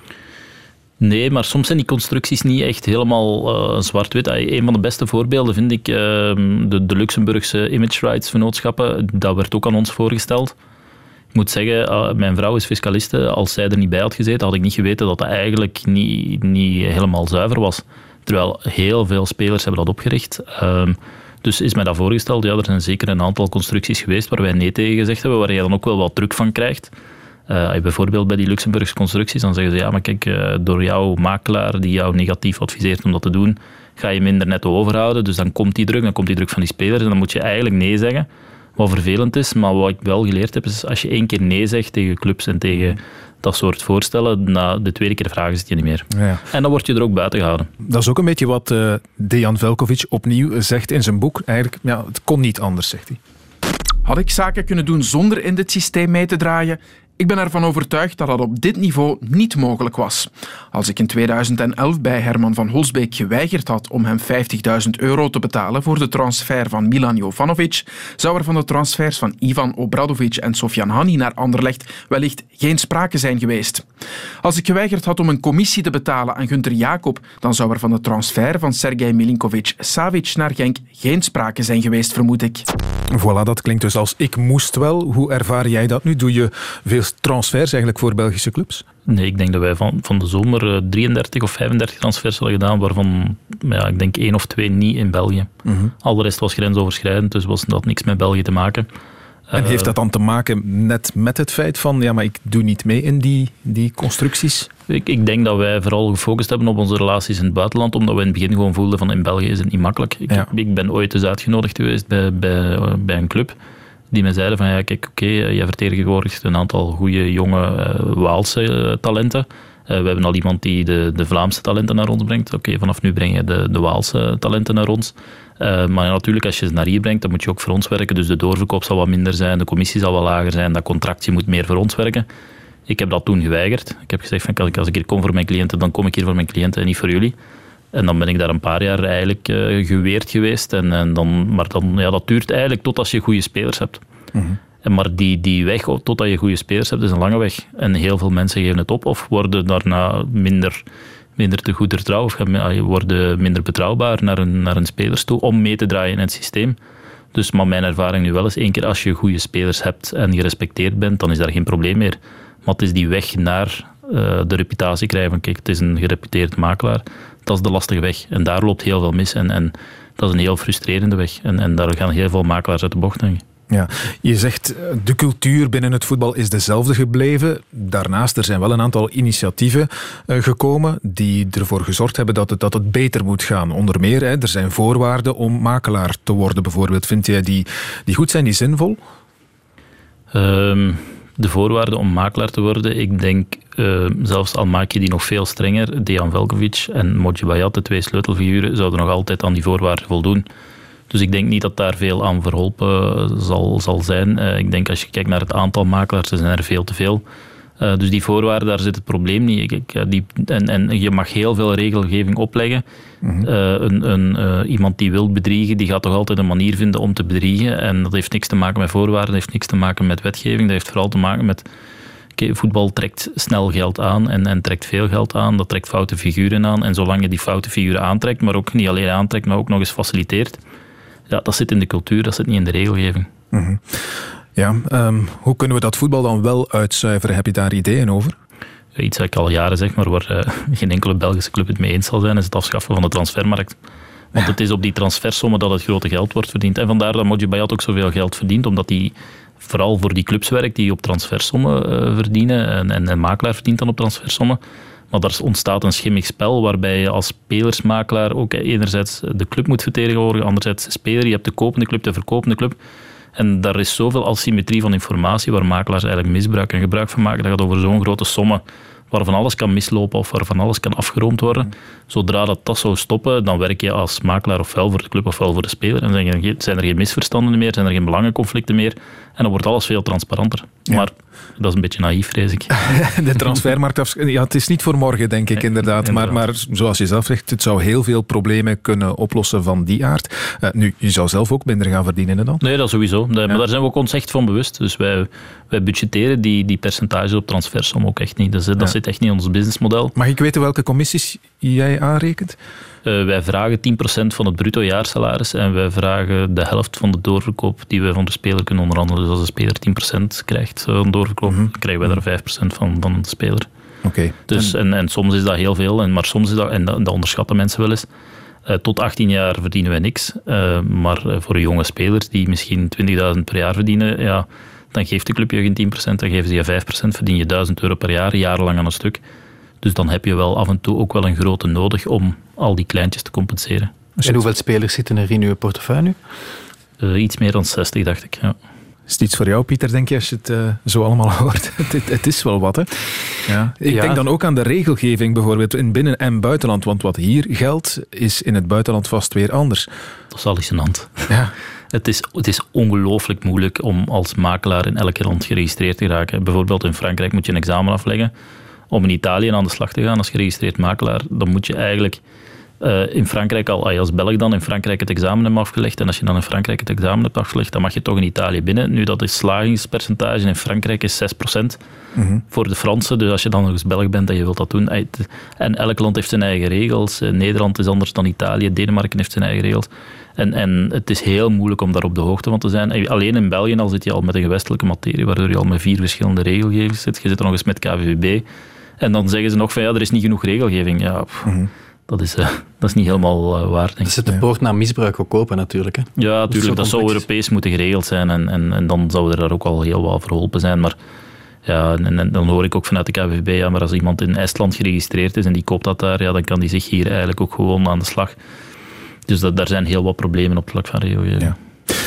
Nee, maar soms zijn die constructies niet echt helemaal uh, zwart-wit. Een van de beste voorbeelden vind ik uh, de, de Luxemburgse image rights vennootschappen. Dat werd ook aan ons voorgesteld. Ik moet zeggen, uh, mijn vrouw is fiscaliste. Als zij er niet bij had gezeten, had ik niet geweten dat dat eigenlijk niet, niet helemaal zuiver was. Terwijl heel veel spelers hebben dat opgericht. Uh, dus is mij dat voorgesteld. Ja, er zijn zeker een aantal constructies geweest waar wij nee tegen gezegd hebben, waar je dan ook wel wat druk van krijgt. Uh, bijvoorbeeld bij die Luxemburgse constructies, dan zeggen ze, ja, maar kijk, uh, door jouw makelaar die jou negatief adviseert om dat te doen, ga je minder netto overhouden. Dus dan komt die druk, dan komt die druk van die spelers en dan moet je eigenlijk nee zeggen. Wat vervelend is, maar wat ik wel geleerd heb, is als je één keer nee zegt tegen clubs en tegen dat soort voorstellen, na de tweede keer vragen ze het je niet meer. Ja. En dan word je er ook buiten gehouden. Dat is ook een beetje wat uh, Dejan Veljković opnieuw zegt in zijn boek. Eigenlijk, ja, het kon niet anders, zegt hij. Had ik zaken kunnen doen zonder in dit systeem mee te draaien? Ik ben ervan overtuigd dat dat op dit niveau niet mogelijk was. Als ik in tweeduizend elf bij Herman van Holsbeek geweigerd had om hem vijftigduizend euro te betalen voor de transfer van Milan Jovanovic, zou er van de transfers van Ivan Obradovic en Sofjan Hani naar Anderlecht wellicht geen sprake zijn geweest. Als ik geweigerd had om een commissie te betalen aan Günther Jacob, dan zou er van de transfer van Sergej Milinkovic-Savic naar Genk geen sprake zijn geweest, vermoed ik. Voilà, dat klinkt dus als ik moest wel. Hoe ervaar jij dat nu? Doe je veel transfers eigenlijk voor Belgische clubs? Nee, ik denk dat wij van, van de zomer drieëndertig of vijfendertig transfers hadden gedaan, waarvan ja, ik denk één of twee niet in België. Mm-hmm. Al de rest was grensoverschrijdend, dus was dat niks met België te maken. En heeft dat dan te maken net met het feit van, ja, maar ik doe niet mee in die, die constructies? Ik, ik denk dat wij vooral gefocust hebben op onze relaties in het buitenland, omdat we in het begin gewoon voelden van in België is het niet makkelijk. Ik, ja. ik ben ooit eens uitgenodigd geweest bij, bij, bij een club die me zeiden van, ja, kijk, oké, okay, jij vertegenwoordigt een aantal goede, jonge uh, Waalse uh, talenten. Uh, we hebben al iemand die de, de Vlaamse talenten naar ons brengt. Oké, okay, vanaf nu breng je de, de Waalse talenten naar ons. Uh, maar natuurlijk, als je ze naar hier brengt, dan moet je ook voor ons werken. Dus de doorverkoop zal wat minder zijn, de commissie zal wat lager zijn, dat contractje moet meer voor ons werken. Ik heb dat toen geweigerd. Ik heb gezegd, van, als ik hier kom voor mijn cliënten, dan kom ik hier voor mijn cliënten en niet voor jullie. En dan ben ik daar een paar jaar eigenlijk uh, geweerd geweest. En, en dan, maar dan, ja, dat duurt eigenlijk tot als je goede spelers hebt. Mm-hmm. En maar die, die weg totdat je goede spelers hebt, is een lange weg. En heel veel mensen geven het op of worden daarna minder, minder te goed trouw of worden minder betrouwbaar naar hun, naar hun spelers toe om mee te draaien in het systeem. Dus maar mijn ervaring nu wel is, één keer als je goede spelers hebt en gerespecteerd bent, dan is daar geen probleem meer. Maar het is die weg naar uh, de reputatie krijgen van kijk, het is een gereputeerd makelaar. Dat is de lastige weg. En daar loopt heel veel mis. En, en dat is een heel frustrerende weg. En, en daar gaan heel veel makelaars uit de bocht, denk ik. Ja, je zegt de cultuur binnen het voetbal is dezelfde gebleven. Daarnaast er zijn wel een aantal initiatieven uh, gekomen die ervoor gezorgd hebben dat het, dat het beter moet gaan. Onder meer, hè, er zijn voorwaarden om makelaar te worden bijvoorbeeld. Vind jij die, die goed zijn, die zinvol? Um, de voorwaarden om makelaar te worden, ik denk, uh, zelfs al maak je die nog veel strenger, Dejan Veljković en Modje Bayat, de twee sleutelfiguren, zouden nog altijd aan die voorwaarden voldoen. Dus ik denk niet dat daar veel aan verholpen zal, zal zijn. Uh, ik denk als je kijkt naar het aantal makelaars, er zijn er veel te veel. Uh, dus die voorwaarden, daar zit het probleem niet. Ik, ik, die, en, en je mag heel veel regelgeving opleggen. Mm-hmm. Uh, een, een, uh, iemand die wil bedriegen, die gaat toch altijd een manier vinden om te bedriegen. En dat heeft niks te maken met voorwaarden, dat heeft niks te maken met wetgeving. Dat heeft vooral te maken met... Okay, voetbal trekt snel geld aan en, en trekt veel geld aan. Dat trekt foute figuren aan. En zolang je die foute figuren aantrekt, maar ook niet alleen aantrekt, maar ook nog eens faciliteert... Ja, dat zit in de cultuur, dat zit niet in de regelgeving. Mm-hmm. Ja, um, hoe kunnen we dat voetbal dan wel uitzuiveren? Heb je daar ideeën over? Iets wat ik al jaren zeg, maar waar uh, geen enkele Belgische club het mee eens zal zijn, is het afschaffen van de transfermarkt. Want het is op die transfersommen dat het grote geld wordt verdiend. En vandaar dat Modje Bayat ook zoveel geld verdient, omdat hij vooral voor die clubs werkt die op transfersommen uh, verdienen. En, en een makelaar verdient dan op transfersommen. Maar daar ontstaat een schimmig spel waarbij je als spelersmakelaar ook enerzijds de club moet vertegenwoordigen, anderzijds de speler. Je hebt de kopende club, de verkopende club. En daar is zoveel asymmetrie van informatie waar makelaars eigenlijk misbruik en gebruik van maken. Dat gaat over zo'n grote sommen waarvan alles kan mislopen of waarvan alles kan afgeroomd worden. Mm. Zodra dat, dat zou stoppen, dan werk je als makelaar ofwel voor de club ofwel voor de speler. En dan zijn er geen misverstanden meer, zijn er geen belangenconflicten meer. En dan wordt alles veel transparanter. Ja. Maar dat is een beetje naïef, vrees ik. De transfermarkt, ja, het is niet voor morgen, denk ik, nee, inderdaad. inderdaad. Maar, maar zoals je zelf zegt, het zou heel veel problemen kunnen oplossen van die aard. Uh, nu, je zou zelf ook minder gaan verdienen dan? Nee, dat sowieso. Nee, ja. Maar daar zijn we ook ons echt van bewust. Dus wij, wij budgetteren die, die percentages op transfersom ook echt niet. Dus, dat ja. zit echt niet in ons businessmodel. Mag ik weten welke commissies jij aanrekent? Uh, wij vragen tien procent van het bruto jaarsalaris en wij vragen de helft van de doorverkoop die wij van de speler kunnen onderhandelen. Dus als de speler tien procent krijgt van doorverkoop, mm-hmm. dan krijgen wij daar vijf procent van, van de speler. Okay. Dus, en, en soms is dat heel veel, en, maar soms is dat, en dat, dat onderschatten mensen wel eens, uh, tot achttien jaar verdienen wij niks. Uh, maar uh, voor jonge spelers die misschien twintigduizend per jaar verdienen, ja, dan geeft de club je geen tien procent, dan geven ze je vijf procent, verdien je duizend euro per jaar, jarenlang aan een stuk. Dus dan heb je wel af en toe ook wel een grote nodig om al die kleintjes te compenseren. En hoeveel spelers zitten er in uw portefeuille nu? Uh, iets meer dan zestig, dacht ik. Ja. Is het iets voor jou, Pieter, denk je, als je het uh, zo allemaal hoort? het, het is wel wat, hè? Ja. Ik ja. denk dan ook aan de regelgeving, bijvoorbeeld in binnen- en buitenland. Want wat hier geldt, is in het buitenland vast weer anders. Dat is al eens een hand. Ja. Het is, het is ongelooflijk moeilijk om als makelaar in elk land geregistreerd te raken. Bijvoorbeeld in Frankrijk moet je een examen afleggen. Om in Italië aan de slag te gaan als geregistreerd makelaar, dan moet je eigenlijk uh, in Frankrijk al, als Belg dan, in Frankrijk het examen hebben afgelegd. En als je dan in Frankrijk het examen hebt afgelegd, dan mag je toch in Italië binnen. Nu, dat is slagingspercentage in Frankrijk is zes procent mm-hmm. voor de Fransen. Dus als je dan nog eens Belg bent en je wilt dat doen. En elk land heeft zijn eigen regels. Nederland is anders dan Italië. Denemarken heeft zijn eigen regels. En, en het is heel moeilijk om daar op de hoogte van te zijn. Alleen in België al zit je al met een gewestelijke materie, waardoor je al met vier verschillende regelgevers zit. Je zit er nog eens met K V B. En dan zeggen ze nog van ja, er is niet genoeg regelgeving. Ja, pff, mm-hmm. dat, is, uh, dat is niet helemaal uh, waar. Denk dat zit de poort naar misbruik ook open natuurlijk. Hè? Ja, natuurlijk. Dat, dat zou Europees moeten geregeld zijn. En, en, en dan zou er daar ook al heel wat verholpen zijn. Maar ja, en, en dan hoor ik ook vanuit de K V B, ja, maar als iemand in Estland geregistreerd is en die koopt dat daar, ja, dan kan die zich hier eigenlijk ook gewoon aan de slag. Dus dat, daar zijn heel wat problemen op het vlak van regelgeving. Ja.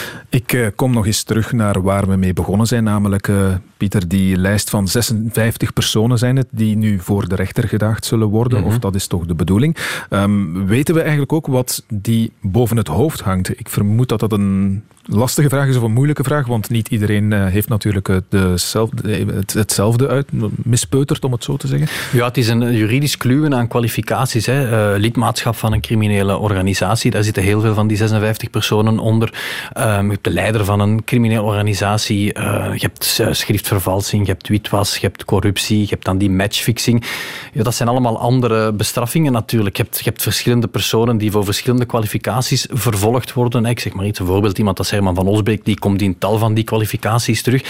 Ik uh, kom nog eens terug naar waar we mee begonnen zijn, namelijk, uh, Pieter, die lijst van zesenvijftig personen zijn het die nu voor de rechter gedaagd zullen worden, mm-hmm. of dat is toch de bedoeling. Um, weten we eigenlijk ook wat die boven het hoofd hangt? Ik vermoed dat dat een lastige vraag is of een moeilijke vraag, want niet iedereen uh, heeft natuurlijk uh, dezelfde, het, hetzelfde uit, mispeuterd, om het zo te zeggen. Ja, het is een juridisch kluwen aan kwalificaties. Hè. Uh, lidmaatschap van een criminele organisatie, daar zitten heel veel van die zesenvijftig personen onder. Um, je hebt de leider van een criminele organisatie, uh, je hebt uh, schriftvervalsing, je hebt witwas, je hebt corruptie, je hebt dan die matchfixing. Ja, dat zijn allemaal andere bestraffingen natuurlijk. Je hebt, je hebt verschillende personen die voor verschillende kwalificaties vervolgd worden. Ik zeg maar iets, bijvoorbeeld iemand als Herman van Holsbeek, die komt in tal van die kwalificaties terug. Uh,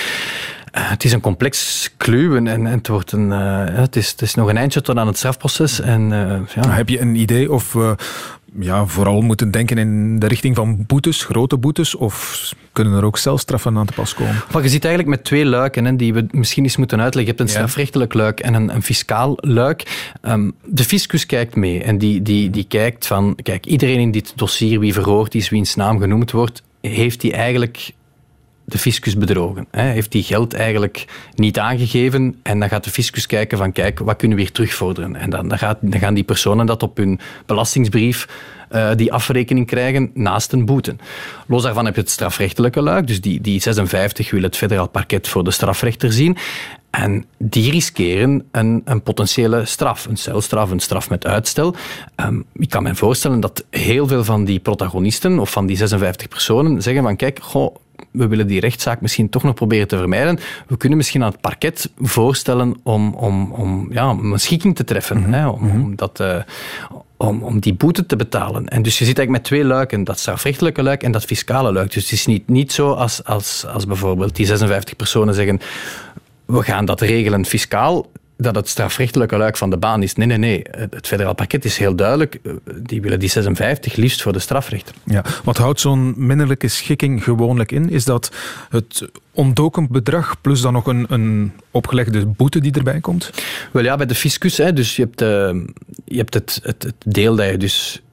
het is een complex kluwen en, en het, wordt een, uh, het, is, het is nog een eindje tot aan het strafproces. En, uh, ja. Heb je een idee of we ja, vooral moeten denken in de richting van boetes, grote boetes, of kunnen er ook celstraffen aan te pas komen? Maar je zit eigenlijk met twee luiken hè, die we misschien eens moeten uitleggen. Je hebt een ja. strafrechtelijk luik en een, een fiscaal luik. Um, de fiscus kijkt mee en die, die, die kijkt van, kijk, iedereen in dit dossier, wie verhoord is, wiens naam genoemd wordt, heeft hij eigenlijk de fiscus bedrogen. Hè? Heeft die geld eigenlijk niet aangegeven en dan gaat de fiscus kijken van kijk, wat kunnen we weer terugvorderen? En dan, dan, gaat, dan gaan die personen dat op hun belastingsbrief uh, die afrekening krijgen naast een boete. Los daarvan heb je het strafrechtelijke luik, dus die, die zesenvijftig wil het federaal parket voor de strafrechter zien. En die riskeren een, een potentiële straf, een celstraf, een straf met uitstel. Um, ik kan me voorstellen dat heel veel van die protagonisten of van die zesenvijftig personen zeggen van kijk, goh, we willen die rechtszaak misschien toch nog proberen te vermijden. We kunnen misschien aan het parket voorstellen om, om, om, ja, om een schikking te treffen. Mm-hmm. Hè, om, om, dat, uh, om, om die boete te betalen. En dus je zit eigenlijk met twee luiken. Dat strafrechtelijke luik en dat fiscale luik. Dus het is niet, niet zo als, als, als bijvoorbeeld die zesenvijftig personen zeggen we gaan dat regelen fiscaal, dat het strafrechtelijke luik van de baan is. Nee, nee, nee. Het federaal parket is heel duidelijk. Die willen die zesenvijftig liefst voor de strafrechter. Ja, wat houdt zo'n minderlijke schikking gewoonlijk in? Is dat het ontdoken bedrag plus dan nog een, een opgelegde boete die erbij komt? Wel ja, bij de fiscus. Hè, dus je hebt, uh, je hebt het, het, het deel dat je dus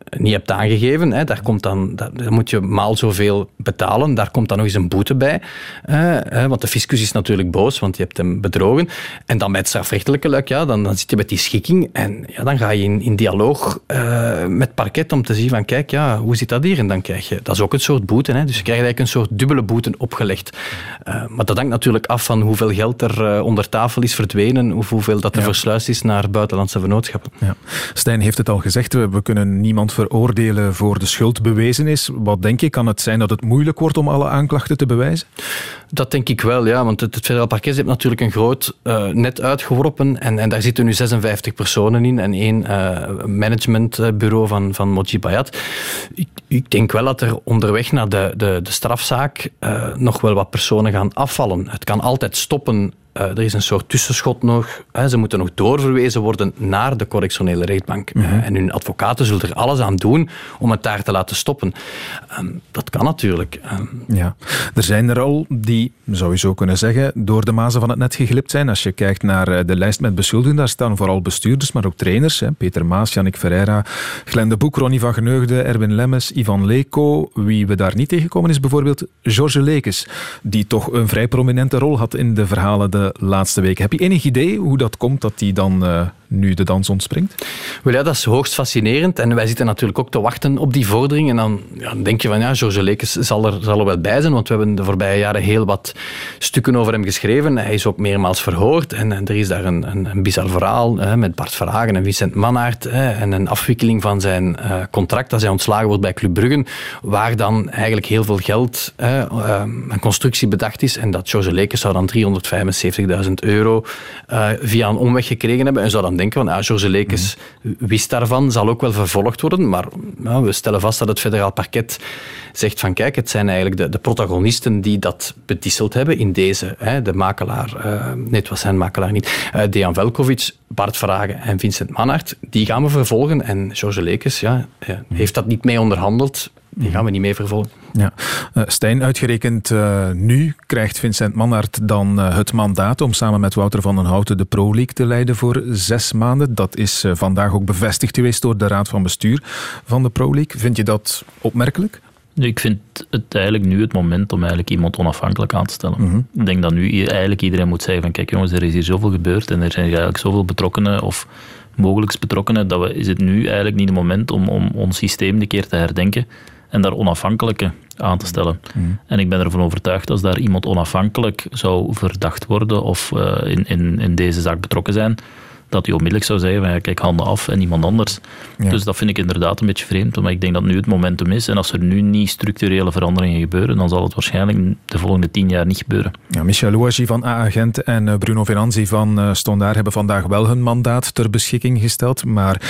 niet hebt aangegeven, hè, daar, komt dan, daar moet je maal zoveel betalen. Daar komt dan nog eens een boete bij. Uh, hè, want de fiscus is natuurlijk boos, want je hebt hem bedrogen. En dan met het strafrechtelijke luik, ja, dan, dan zit je met die schikking. En ja, dan ga je in, in dialoog uh, met parket om te zien van, kijk, ja, hoe zit dat hier? En dan krijg je, dat is ook een soort boete. Hè, dus je krijgt eigenlijk een soort dubbele boete opgelegd. Uh, maar dat hangt natuurlijk af van hoeveel geld er uh, onder tafel is verdwenen, of hoeveel dat er ja. versluist is naar buitenlandse vennootschappen. Ja. Stijn heeft het al gezegd, we kunnen niemand veroordelen voor de schuld bewezen is. Wat denk je, kan het zijn dat het moeilijk wordt om alle aanklachten te bewijzen? Dat denk ik wel, ja, want het, het federaal parket heeft natuurlijk een groot uh, net uitgeworpen en, en daar zitten nu zesenvijftig personen in en één uh, managementbureau van, van Moji Bayat. Ik, ik denk wel dat er onderweg naar de, de, de strafzaak uh, nog wel wat personen gaan afvallen. Het kan altijd stoppen. Uh, er is een soort tussenschot nog. Uh, ze moeten nog doorverwezen worden naar de correctionele rechtbank. Uh, mm-hmm. En hun advocaten zullen er alles aan doen om het daar te laten stoppen. Um, dat kan natuurlijk. Um, ja. Er zijn er al die, zou je zo kunnen zeggen, door de mazen van het net geglipt zijn. Als je kijkt naar de lijst met beschuldigden, daar staan vooral bestuurders, maar ook trainers. Hè. Peter Maas, Yannick Ferreira, Glenn de Boek, Ronnie van Geneugde, Erwin Lemmes, Ivan Leko. Wie we daar niet tegenkomen is bijvoorbeeld Georges Lekes, die toch een vrij prominente rol had in de verhalen de laatste week. Heb je enig idee hoe dat komt dat hij dan uh, nu de dans ontspringt? Wel ja, dat is hoogst fascinerend. En wij zitten natuurlijk ook te wachten op die vordering. En dan, ja, dan denk je van ja, Georges Lekes zal er, zal er wel bij zijn, want we hebben de voorbije jaren heel wat stukken over hem geschreven. Hij is ook meermaals verhoord. En, en er is daar een, een, een bizar verhaal hè, met Bart Verhagen en Vincent Mannaert hè, en een afwikkeling van zijn uh, contract als hij ontslagen wordt bij Club Brugge, waar dan eigenlijk heel veel geld, hè, uh, een constructie bedacht is en dat Georges Lekes zou dan driehonderdvijfenzeventigduizend euro uh, via een omweg gekregen hebben en zou dan denken van, ah, Georges Lekes mm. wist daarvan, zal ook wel vervolgd worden, maar nou, we stellen vast dat het federaal parket zegt van kijk, het zijn eigenlijk de, de protagonisten die dat bedisseld hebben in deze, hè, de makelaar, uh, nee, het was zijn makelaar niet, uh, Dejan Velkovic, Bart Verhagen en Vincent Mannaert, die gaan we vervolgen en Georges Lekes ja, ja, heeft dat niet mee onderhandeld. Die gaan we niet mee vervolgen. Ja. Uh, Stijn, uitgerekend uh, nu krijgt Vincent Mannaert dan uh, het mandaat om samen met Wouter van den Houten de Pro League te leiden voor zes maanden. Dat is uh, vandaag ook bevestigd geweest door de Raad van Bestuur van de Pro League. Vind je dat opmerkelijk? Ik vind het eigenlijk nu het moment om eigenlijk iemand onafhankelijk aan te stellen. Mm-hmm. Ik denk dat nu eigenlijk iedereen moet zeggen van kijk jongens, er is hier zoveel gebeurd en er zijn eigenlijk zoveel betrokkenen of mogelijks betrokkenen, dat we, is het nu eigenlijk niet het moment om, om ons systeem een keer te herdenken en daar onafhankelijke aan te stellen. Mm. En ik ben ervan overtuigd als daar iemand onafhankelijk zou verdacht worden of uh, in, in, in deze zaak betrokken zijn, dat hij onmiddellijk zou zeggen van ja, kijk, handen af en iemand anders. Ja. Dus dat vind ik inderdaad een beetje vreemd, maar ik denk dat nu het momentum is en als er nu niet structurele veranderingen gebeuren, dan zal het waarschijnlijk de volgende tien jaar niet gebeuren. Ja, Michel Louagie van A Gent en Bruno Venanzi van uh, Standaard hebben vandaag wel hun mandaat ter beschikking gesteld, maar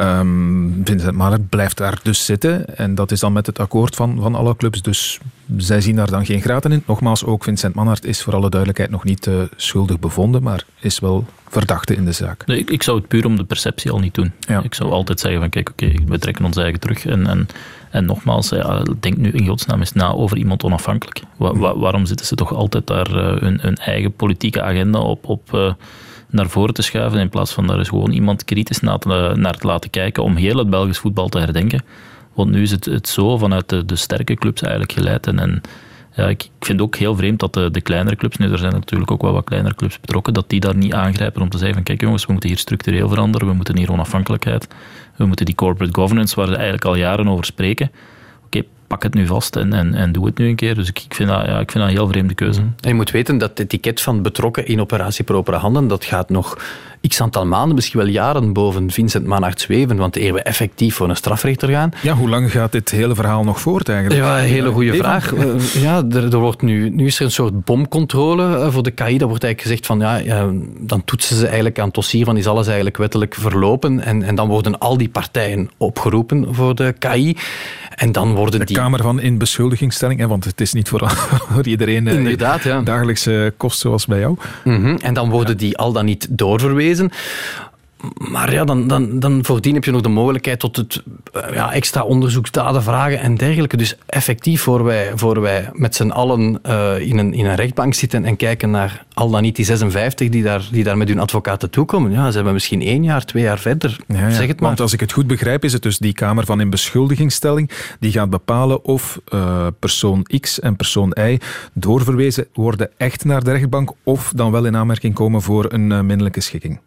um, Vincent Mannaert blijft daar dus zitten en dat is dan met het akkoord van, van alle clubs, dus zij zien daar dan geen graten in. Nogmaals, ook Vincent Mannaert is voor alle duidelijkheid nog niet uh, schuldig bevonden, maar is wel verdachte in de zaak. Nee, ik, ik zou het puur om de perceptie al niet doen. Ja. Ik zou altijd zeggen van kijk, oké, okay, we trekken ons eigen terug. En, en, en nogmaals, ja, denk nu in godsnaam eens na over iemand onafhankelijk. Wa, wa, waarom zitten ze toch altijd daar uh, hun, hun eigen politieke agenda op, op uh, naar voren te schuiven in plaats van daar eens gewoon iemand kritisch naar te, naar te laten kijken om heel het Belgisch voetbal te herdenken. Want nu is het, het zo vanuit de, de sterke clubs eigenlijk geleid. En, en ja, ik, ik vind het ook heel vreemd dat de, de kleinere clubs, nu er zijn natuurlijk ook wel wat kleinere clubs betrokken, dat die daar niet aangrijpen om te zeggen van kijk jongens, we moeten hier structureel veranderen, we moeten hier onafhankelijkheid, we moeten die corporate governance, waar ze eigenlijk al jaren over spreken, oké, okay, pak het nu vast en, en, en doe het nu een keer. Dus ik, ik, vind, dat, ja, ik vind dat een heel vreemde keuze. En je moet weten dat het etiket van betrokken in operatie propere handen, dat gaat nog x aantal maanden, misschien wel jaren boven Vincent Mannaert zweven, want eer we effectief voor een strafrechter gaan. Ja, hoe lang gaat dit hele verhaal nog voort eigenlijk? Ja, een hele goede vraag. Ja, er, er wordt nu, nu is er een soort bomcontrole voor de K I. Daar wordt eigenlijk gezegd van, ja, ja, dan toetsen ze eigenlijk aan het dossier van is alles eigenlijk wettelijk verlopen en, en dan worden al die partijen opgeroepen voor de K I. En dan worden de die... Kamer van Inbeschuldigingsstelling, hè, want het is niet voor, voor iedereen Inderdaad, ja. dagelijkse kost zoals bij jou. Mm-hmm. En dan worden die al dan niet doorverwezen. Maar ja, dan, dan, dan voordien heb je nog de mogelijkheid tot het ja, extra onderzoeksdaden vragen en dergelijke. Dus effectief, voor wij, voor wij met z'n allen uh, in, een, in een rechtbank zitten en kijken naar al dan niet die zesenvijftig die daar, die daar met hun advocaten toekomen. Ja, ze hebben misschien één jaar, twee jaar verder. Ja, ja. Zeg het maar. Want als ik het goed begrijp, is het dus die Kamer van Inbeschuldigingsstelling die gaat bepalen of uh, persoon X en persoon Y doorverwezen worden echt naar de rechtbank of dan wel in aanmerking komen voor een uh, minderlijke schikking.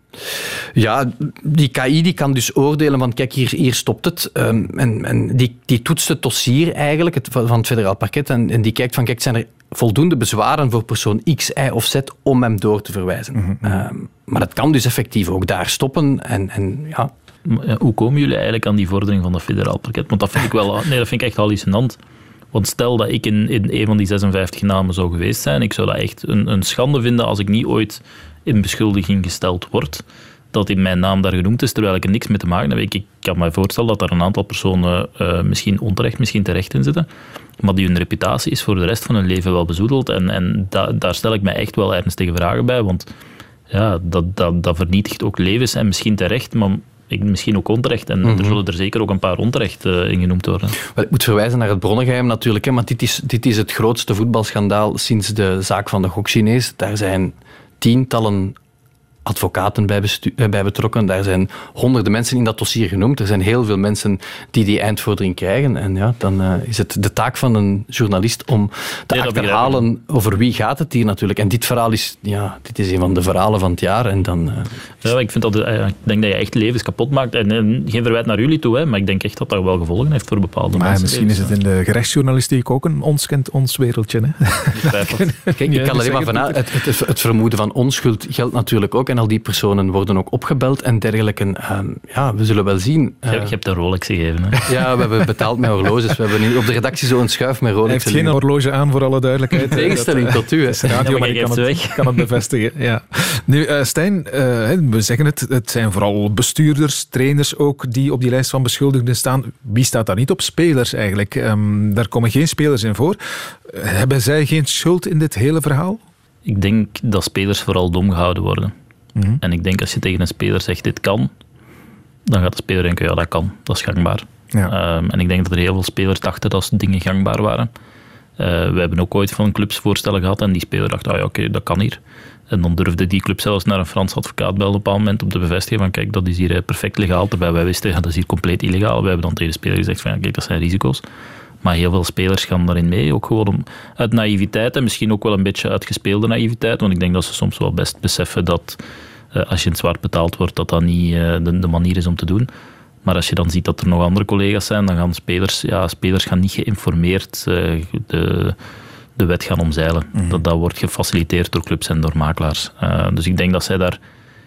Ja, die K I die kan dus oordelen van kijk, hier, hier stopt het. Um, en en die, die toetst het dossier eigenlijk het, van het federaal parket en, en die kijkt van kijk, zijn er voldoende bezwaren voor persoon X, Y of Z om hem door te verwijzen. Mm-hmm. Um, maar het kan dus effectief ook daar stoppen en, en ja... Hoe komen jullie eigenlijk aan die vordering van het federaal parket? Want dat vind ik wel, nee, dat vind ik echt hallucinant. Want stel dat ik in, in een van die zesenvijftig namen zou geweest zijn, ik zou dat echt een, een schande vinden als ik niet ooit in beschuldiging gesteld word, dat in mijn naam daar genoemd is, terwijl ik er niks mee te maken heb. Ik, ik kan me voorstellen dat er een aantal personen uh, misschien onterecht, misschien terecht in zitten, maar die hun reputatie is voor de rest van hun leven wel bezoedeld. En, en da, daar stel ik mij echt wel ernstige vragen bij, want ja, dat, dat, dat vernietigt ook levens en misschien terecht, maar misschien ook onterecht. En mm-hmm. er zullen er zeker ook een paar onterecht uh, in genoemd worden. Wel, ik moet verwijzen naar het bronnengeheim natuurlijk, hè, maar dit is, dit is het grootste voetbalschandaal sinds de zaak van de gokchinees. Daar zijn tientallen advocaten bij, bestu- bij betrokken. Daar zijn honderden mensen in dat dossier genoemd. Er zijn heel veel mensen die die eindvordering krijgen. En ja, dan uh, is het de taak van een journalist om te nee, achterhalen over wie gaat het hier natuurlijk. En dit verhaal is, ja, dit is een van de verhalen van het jaar. En dan, uh, ja, ik, vind dat, uh, ik denk dat je echt levens kapot maakt. En, en geen verwijt naar jullie toe, hè, maar ik denk echt dat dat wel gevolgen heeft voor bepaalde maar mensen. Misschien is het in de gerechtsjournalistiek ook een ons kent ons wereldje. Hè? Kijk, ik kan er maar vanuit. Het, het, het vermoeden van onschuld geldt natuurlijk ook. En al die personen worden ook opgebeld en dergelijke. Um, ja, we zullen wel zien. Uh, je, je hebt een Rolex gegeven, hè? Ja, we hebben betaald met horloges. We hebben op de redactie zo'n schuif met Rolex. Hij heeft geen horloge aan, voor alle duidelijkheid. In tegenstelling tot u. Is radio, ja, maar ik kan het, kan het bevestigen. Ja. Nu, uh, Stijn, uh, we zeggen het, het zijn vooral bestuurders, trainers ook, die op die lijst van beschuldigden staan. Wie staat daar niet op? Spelers eigenlijk. Um, daar komen geen spelers in voor. Uh, hebben zij geen schuld in dit hele verhaal? Ik denk dat spelers vooral dom gehouden worden. Mm-hmm. En ik denk als je tegen een speler zegt dit kan, dan gaat de speler denken ja dat kan, dat is gangbaar. Ja. Um, en ik denk dat er heel veel spelers dachten dat dingen gangbaar waren. Uh, we hebben ook ooit van clubs voorstellen gehad en die speler dacht ah ja oké, okay, dat kan hier. En dan durfde die club zelfs naar een Frans advocaat bellen op een bepaald moment om te bevestigen van kijk, dat is hier perfect legaal, terwijl wij wisten dat is hier compleet illegaal. We hebben dan tegen de speler gezegd van ja, kijk, dat zijn risico's. Maar heel veel spelers gaan daarin mee, ook gewoon om, uit naïviteit en misschien ook wel een beetje uit gespeelde naïviteit, want ik denk dat ze soms wel best beseffen dat uh, als je in het zwart betaald wordt, dat dat niet uh, de, de manier is om te doen. Maar als je dan ziet dat er nog andere collega's zijn, dan gaan spelers, ja, spelers gaan niet geïnformeerd uh, de, de wet gaan omzeilen. Mm-hmm. Dat, dat wordt gefaciliteerd door clubs en door makelaars. Uh, dus ik denk dat zij daar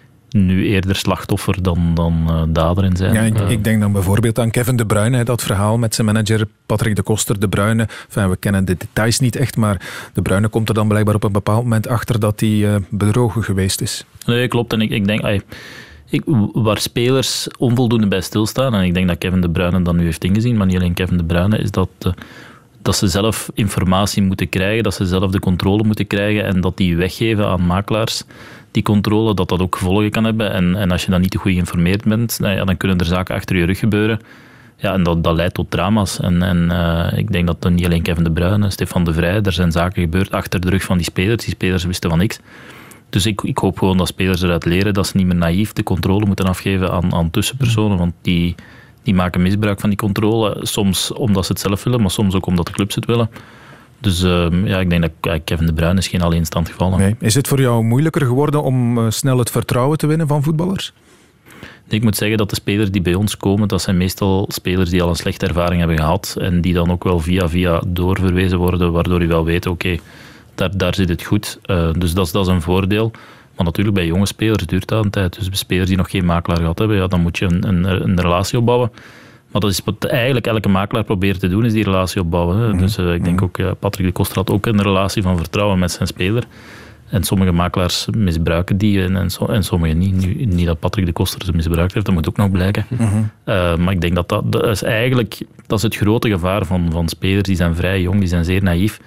nu eerder slachtoffer dan, dan uh, dader in zijn. Ja, ik, uh, ik denk dan bijvoorbeeld aan Kevin De Bruyne, dat verhaal met zijn manager Patrick de Koster. De Bruyne, enfin, we kennen de details niet echt, maar De Bruyne komt er dan blijkbaar op een bepaald moment achter dat hij uh, bedrogen geweest is. Nee, klopt. En ik, ik denk... Ay, Ik, waar spelers onvoldoende bij stilstaan, en ik denk dat Kevin De Bruyne dat nu heeft ingezien, maar niet alleen Kevin De Bruyne, is dat, uh, dat ze zelf informatie moeten krijgen, dat ze zelf de controle moeten krijgen en dat die weggeven aan makelaars, die controle, dat dat ook gevolgen kan hebben. En, en als je dan niet te goed geïnformeerd bent, nou ja, dan kunnen er zaken achter je rug gebeuren. Ja, en dat, dat leidt tot drama's. En, en uh, ik denk dat dan niet alleen Kevin De Bruyne, Stefan de Vrij, er zijn zaken gebeurd achter de rug van die spelers. Die spelers wisten van niks. Dus ik, ik hoop gewoon dat spelers eruit leren dat ze niet meer naïef de controle moeten afgeven aan, aan tussenpersonen, want die, die maken misbruik van die controle. Soms omdat ze het zelf willen, maar soms ook omdat de clubs het willen. Dus uh, ja, ik denk dat ja, Kevin De Bruyne is geen alleenstand gevallen. Nee. Is het voor jou moeilijker geworden om uh, snel het vertrouwen te winnen van voetballers? Ik moet zeggen dat de spelers die bij ons komen, dat zijn meestal spelers die al een slechte ervaring hebben gehad en die dan ook wel via via doorverwezen worden, waardoor je wel weet, oké, okay, Daar, daar zit het goed. Uh, dus dat, dat is een voordeel. Maar natuurlijk, bij jonge spelers duurt dat een tijd. Dus bij spelers die nog geen makelaar gehad hebben, ja, dan moet je een, een, een relatie opbouwen. Maar dat is wat eigenlijk elke makelaar probeert te doen, is die relatie opbouwen. Hè. Mm-hmm. Dus uh, ik denk ook, ja, Patrick de Koster had ook een relatie van vertrouwen met zijn speler. En sommige makelaars misbruiken die en, en, en sommigen niet. Nu, niet dat Patrick de Koster ze misbruikt heeft, dat moet ook nog blijken. Mm-hmm. Uh, maar ik denk dat dat, dat is eigenlijk dat is het grote gevaar van, van spelers. Die zijn vrij jong, die zijn zeer naïef.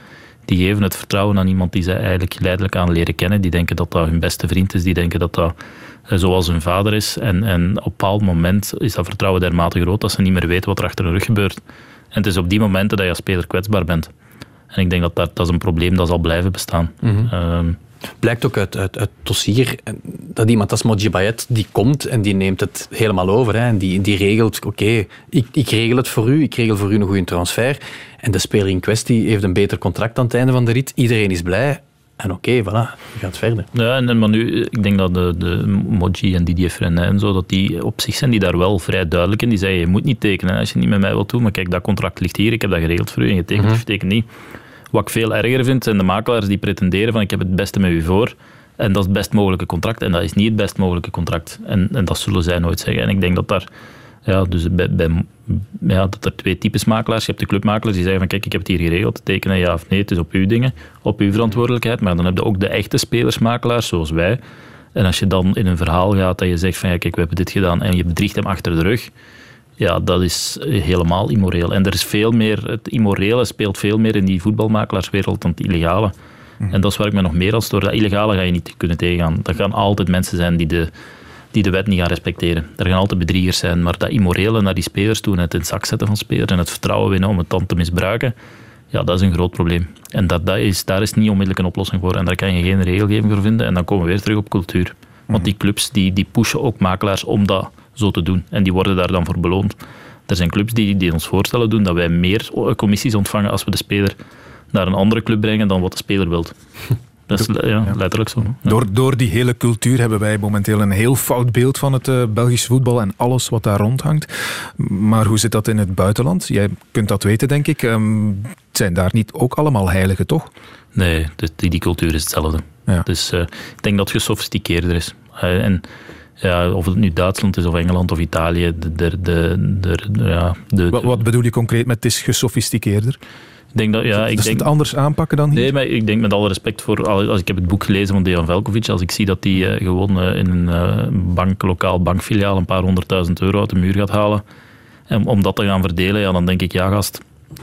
die geven het vertrouwen aan iemand die ze eigenlijk geleidelijk aan leren kennen. Die denken dat dat hun beste vriend is. Die denken dat dat uh, zoals hun vader is. En, en op een bepaald moment is dat vertrouwen dermate groot dat ze niet meer weten wat er achter hun rug gebeurt. En het is op die momenten dat je als speler kwetsbaar bent. En ik denk dat dat, dat is een probleem dat zal blijven bestaan. Mm-hmm. Um, Blijkt ook uit, uit, uit het dossier dat iemand als Modji Bayet die komt en die neemt het helemaal over. Hè, en die, die regelt, oké, okay, ik, ik regel het voor u, ik regel voor u een goede transfer. En de speler in kwestie heeft een beter contract aan het einde van de rit. Iedereen is blij. En oké, okay, voilà, je gaat verder. Ja, en, maar nu, ik denk dat de, de Modji en Didier Freinet en zo, dat die op zich zijn die daar wel vrij duidelijk in. Die zeggen, je moet niet tekenen als je het niet met mij wilt doen. Maar kijk, dat contract ligt hier, ik heb dat geregeld voor u en je tekent mm-hmm. of je tekent niet. Wat ik veel erger vind, zijn de makelaars die pretenderen van ik heb het beste met u voor. En dat is het best mogelijke contract. En dat is niet het best mogelijke contract. En, en dat zullen zij nooit zeggen. En ik denk dat daar... Ja, dus bij, bij, ja, dat er twee types makelaars. Je hebt de clubmakelaars die zeggen van kijk, ik heb het hier geregeld. Tekenen ja of nee, het is op uw dingen. Op uw verantwoordelijkheid. Maar dan heb je ook de echte spelersmakelaars, zoals wij. En als je dan in een verhaal gaat dat je zegt van ja, kijk, we hebben dit gedaan en je bedriegt hem achter de rug. Ja, dat is helemaal immoreel. En er is veel meer, het immorele speelt veel meer in die voetbalmakelaarswereld dan het illegale. Mm. En dat is waar ik me nog meer als door. Dat illegale ga je niet kunnen tegengaan. Er gaan altijd mensen zijn die de, die de wet niet gaan respecteren. Er gaan altijd bedriegers zijn. Maar dat immorele naar die spelers toe en het in het zak zetten van spelers en het vertrouwen winnen om het dan te misbruiken, ja, dat is een groot probleem. En dat, dat is, daar is niet onmiddellijk een oplossing voor. En daar kan je geen regelgeving voor vinden. En dan komen we weer terug op cultuur. Want die clubs die, die pushen ook makelaars om dat zo te doen. En die worden daar dan voor beloond. Er zijn clubs die, die ons voorstellen doen dat wij meer commissies ontvangen als we de speler naar een andere club brengen dan wat de speler wil. Dat is ja, letterlijk zo. Ja. Door, door die hele cultuur hebben wij momenteel een heel fout beeld van het uh, Belgisch voetbal en alles wat daar rondhangt. Maar hoe zit dat in het buitenland? Jij kunt dat weten, denk ik. Um, zijn daar niet ook allemaal heiligen, toch? Nee, die, die cultuur is hetzelfde. Ja. Dus uh, ik denk dat het gesofisticeerder is. Uh, en ja, of het nu Duitsland is of Engeland of Italië. De, de, de, de, ja, de, wat, wat bedoel je concreet met het is gesofisticeerder? Ik denk dat, ja, ik dat denk, het anders aanpakken dan hier? Nee, maar ik denk met alle respect voor... Als ik heb het boek gelezen van Dejan Veljkovic, als ik zie dat hij uh, gewoon uh, in een uh, bank, lokaal bankfiliaal een paar honderdduizend euro uit de muur gaat halen, en om dat te gaan verdelen, ja, dan denk ik, ja gast,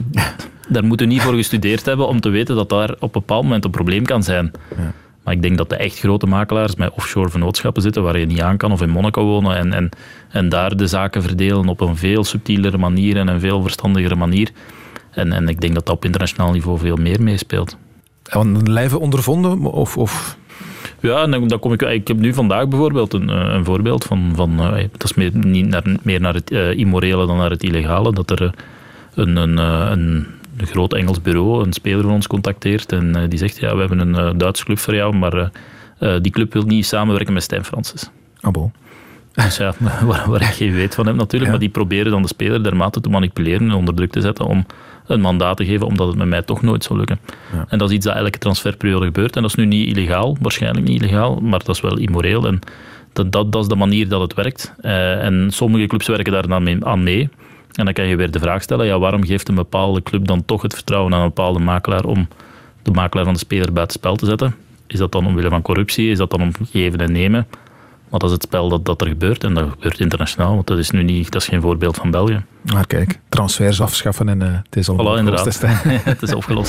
daar moeten we niet voor gestudeerd hebben om te weten dat daar op een bepaald moment een probleem kan zijn. Ja. Maar ik denk dat de echt grote makelaars met offshore vennootschappen zitten waar je niet aan kan of in Monaco wonen en, en, en daar de zaken verdelen op een veel subtielere manier en een veel verstandigere manier. En, en ik denk dat dat op internationaal niveau veel meer meespeelt. En lijven ondervonden? Of, of... Ja, en dan, dan kom ik... Ik heb nu vandaag bijvoorbeeld een, een voorbeeld van... van uh, dat is meer, niet naar, meer naar het uh, immorele dan naar het illegale. Dat er uh, een, een, uh, een, een groot Engels bureau een speler van ons contacteert en uh, die zegt, ja, we hebben een uh, Duitse club voor jou, maar uh, uh, die club wil niet samenwerken met Stijn Francis. Ah, bon. Dus ja, waar, waar ik geen weet van heb natuurlijk, ja. Maar die proberen dan de speler dermate te manipuleren en onder druk te zetten om een mandaat te geven, omdat het met mij toch nooit zou lukken. Ja. En dat is iets dat elke transferperiode gebeurt. En dat is nu niet illegaal, waarschijnlijk niet illegaal, maar dat is wel immoreel. En dat, dat, dat is de manier dat het werkt. Uh, en sommige clubs werken daar dan mee, aan mee. En dan kan je weer de vraag stellen, ja, waarom geeft een bepaalde club dan toch het vertrouwen aan een bepaalde makelaar om de makelaar van de speler buitenspel te zetten? Is dat dan omwille van corruptie? Is dat dan om geven en nemen? Maar dat is het spel dat, dat er gebeurt. En dat gebeurt internationaal, want dat is nu niet, dat is geen voorbeeld van België. Maar kijk, transfers afschaffen en uh, het is al voilà, opgelost. Het is opgelost.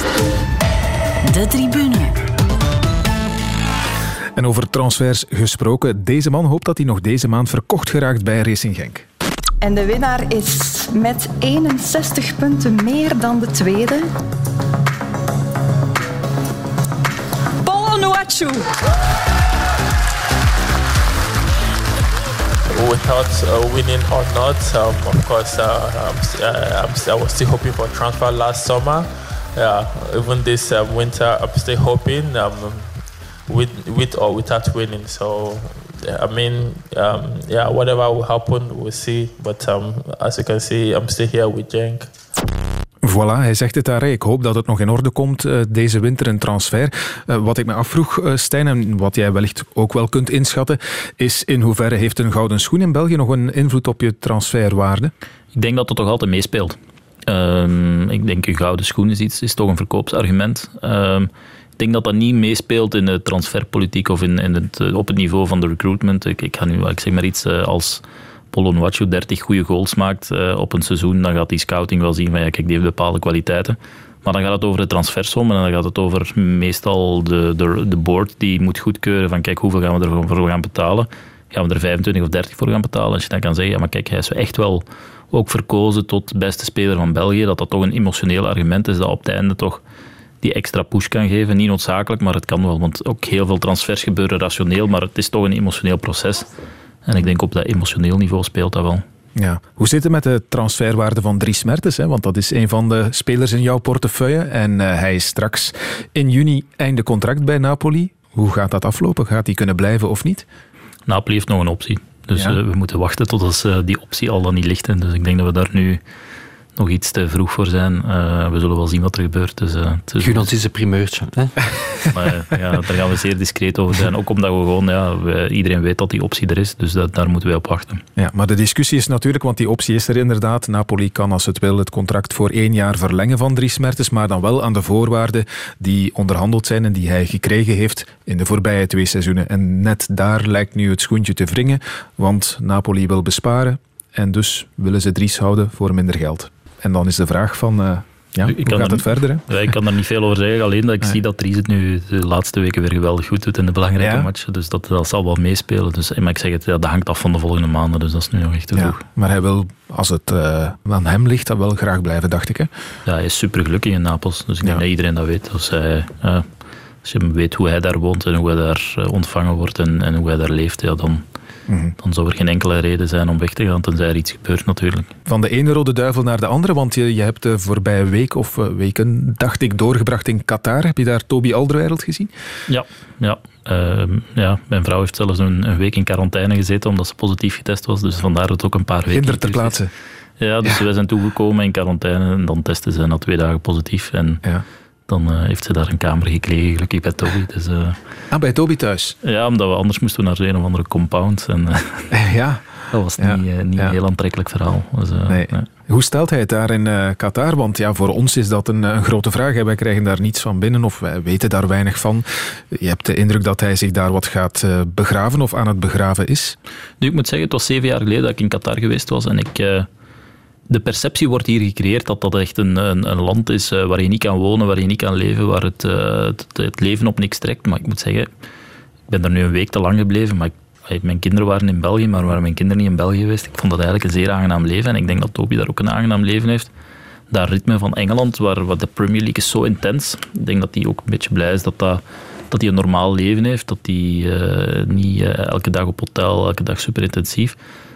De tribune. En over transfers gesproken. Deze man hoopt dat hij nog deze maand verkocht geraakt bij Racing Genk. En de winnaar is met eenenzestig punten meer dan de tweede. Paul Onuachu. Without uh, winning or not, um, of course, uh, I'm, uh, I'm, I was still hoping for a transfer last summer. Yeah, even this uh, winter, I'm still hoping um, with with or without winning. So, I mean, um, yeah, whatever will happen, we'll see. But um, as you can see, I'm still here with Genk. Voilà, hij zegt het daar. Ik hoop dat het nog in orde komt uh, deze winter, een transfer. Uh, wat ik me afvroeg, uh, Stijn, en wat jij wellicht ook wel kunt inschatten, is in hoeverre heeft een gouden schoen in België nog een invloed op je transferwaarde? Ik denk dat dat toch altijd meespeelt. Um, ik denk een gouden schoen is iets, is toch een verkoopsargument. Um, ik denk dat dat niet meespeelt in de transferpolitiek of in, in het, op het niveau van de recruitment. Ik, ik ga nu, ik zeg maar iets uh, als Paul Onuachu dertig goede goals maakt uh, op een seizoen, dan gaat die scouting wel zien van ja, kijk, die heeft bepaalde kwaliteiten. Maar dan gaat het over de transfersom en dan gaat het over meestal de, de, de board die moet goedkeuren van kijk, hoeveel gaan we ervoor gaan betalen? Gaan we er vijfentwintig of dertig voor gaan betalen? Als je dan kan zeggen, ja, maar kijk, hij is echt wel ook verkozen tot beste speler van België, dat dat toch een emotioneel argument is dat op het einde toch die extra push kan geven. Niet noodzakelijk, maar het kan wel, want ook heel veel transfers gebeuren rationeel, maar het is toch een emotioneel proces. En ik denk op dat emotioneel niveau speelt dat wel. Ja. Hoe zit het met de transferwaarde van Dries Mertens? Hè? Want dat is een van de spelers in jouw portefeuille en uh, hij is straks in juni einde contract bij Napoli. Hoe gaat dat aflopen? Gaat hij kunnen blijven of niet? Napoli heeft nog een optie. Dus ja. uh, we moeten wachten tot als, uh, die optie al dan niet ligt. En dus ik denk dat we daar nu nog iets te vroeg voor zijn. Uh, we zullen wel zien wat er gebeurt. Dus, uh, dus, Gun ons eens een primeurtje. Hè? Maar, ja, daar gaan we zeer discreet over zijn. Ook omdat we gewoon, ja, we, iedereen weet dat die optie er is. Dus dat, daar moeten wij op wachten. Ja, maar de discussie is natuurlijk, want die optie is er inderdaad. Napoli kan, als het wil, het contract voor één jaar verlengen van Dries Mertens, maar dan wel aan de voorwaarden die onderhandeld zijn en die hij gekregen heeft in de voorbije twee seizoenen. En net daar lijkt nu het schoentje te wringen, want Napoli wil besparen en dus willen ze Dries houden voor minder geld. En dan is de vraag van, uh, ja, hoe gaat het niet, verder? Hè? Ja, ik kan daar niet veel over zeggen, alleen dat ik nee. zie dat Dries het nu de laatste weken weer geweldig goed doet in de belangrijke ja. matchen. Dus dat, dat zal wel meespelen. Dus, maar ik zeg het, ja, dat hangt af van de volgende maanden, dus dat is nu nog echt te vroeg. Ja, maar hij wil, als het uh, aan hem ligt, dat wel graag blijven, dacht ik. Hè? Ja, hij is super gelukkig in Napels, dus ik denk ja. dat iedereen dat weet. Als, hij, uh, als je weet hoe hij daar woont en hoe hij daar ontvangen wordt en, en hoe hij daar leeft, ja, dan... Mm-hmm. Dan zou er geen enkele reden zijn om weg te gaan, tenzij er iets gebeurt natuurlijk. Van de ene rode duivel naar de andere, want je, je hebt de voorbije week of uh, weken, dacht ik, doorgebracht in Qatar. Heb je daar Toby Alderweireld gezien? Ja, ja. Uh, ja, mijn vrouw heeft zelfs een, een week in quarantaine gezeten omdat ze positief getest was, dus vandaar dat het ook een paar weken... Kinder ter plaatse. Ja, dus ja. wij zijn toegekomen in quarantaine en dan testen ze na twee dagen positief. En ja. dan uh, heeft ze daar een kamer gekregen, gelukkig bij Toby. Dus, uh, ah, bij Toby thuis? Ja, omdat we anders moesten we naar een of andere compound. En, uh, ja. Dat was ja. niet, uh, niet ja. een heel aantrekkelijk verhaal. Dus, uh, nee. nee. Hoe stelt hij het daar in uh, Qatar? Want ja, voor ons is dat een, een grote vraag. Hè. Wij krijgen daar niets van binnen of wij weten daar weinig van. Je hebt de indruk dat hij zich daar wat gaat uh, begraven of aan het begraven is? Nu, ik moet zeggen, het was zeven jaar geleden dat ik in Qatar geweest was en ik... Uh, De perceptie wordt hier gecreëerd dat dat echt een, een, een land is waar je niet kan wonen, waar je niet kan leven, waar het, uh, het, het leven op niks trekt. Maar ik moet zeggen, ik ben er nu een week te lang gebleven, maar ik, mijn kinderen waren in België, maar waren mijn kinderen niet in België geweest. Ik vond dat eigenlijk een zeer aangenaam leven en ik denk dat Toby daar ook een aangenaam leven heeft. Dat ritme van Engeland, waar, waar de Premier League is zo intens. Ik denk dat hij ook een beetje blij is dat dat... dat hij een normaal leven heeft, dat hij uh, niet uh, elke dag op hotel, elke dag super intensief.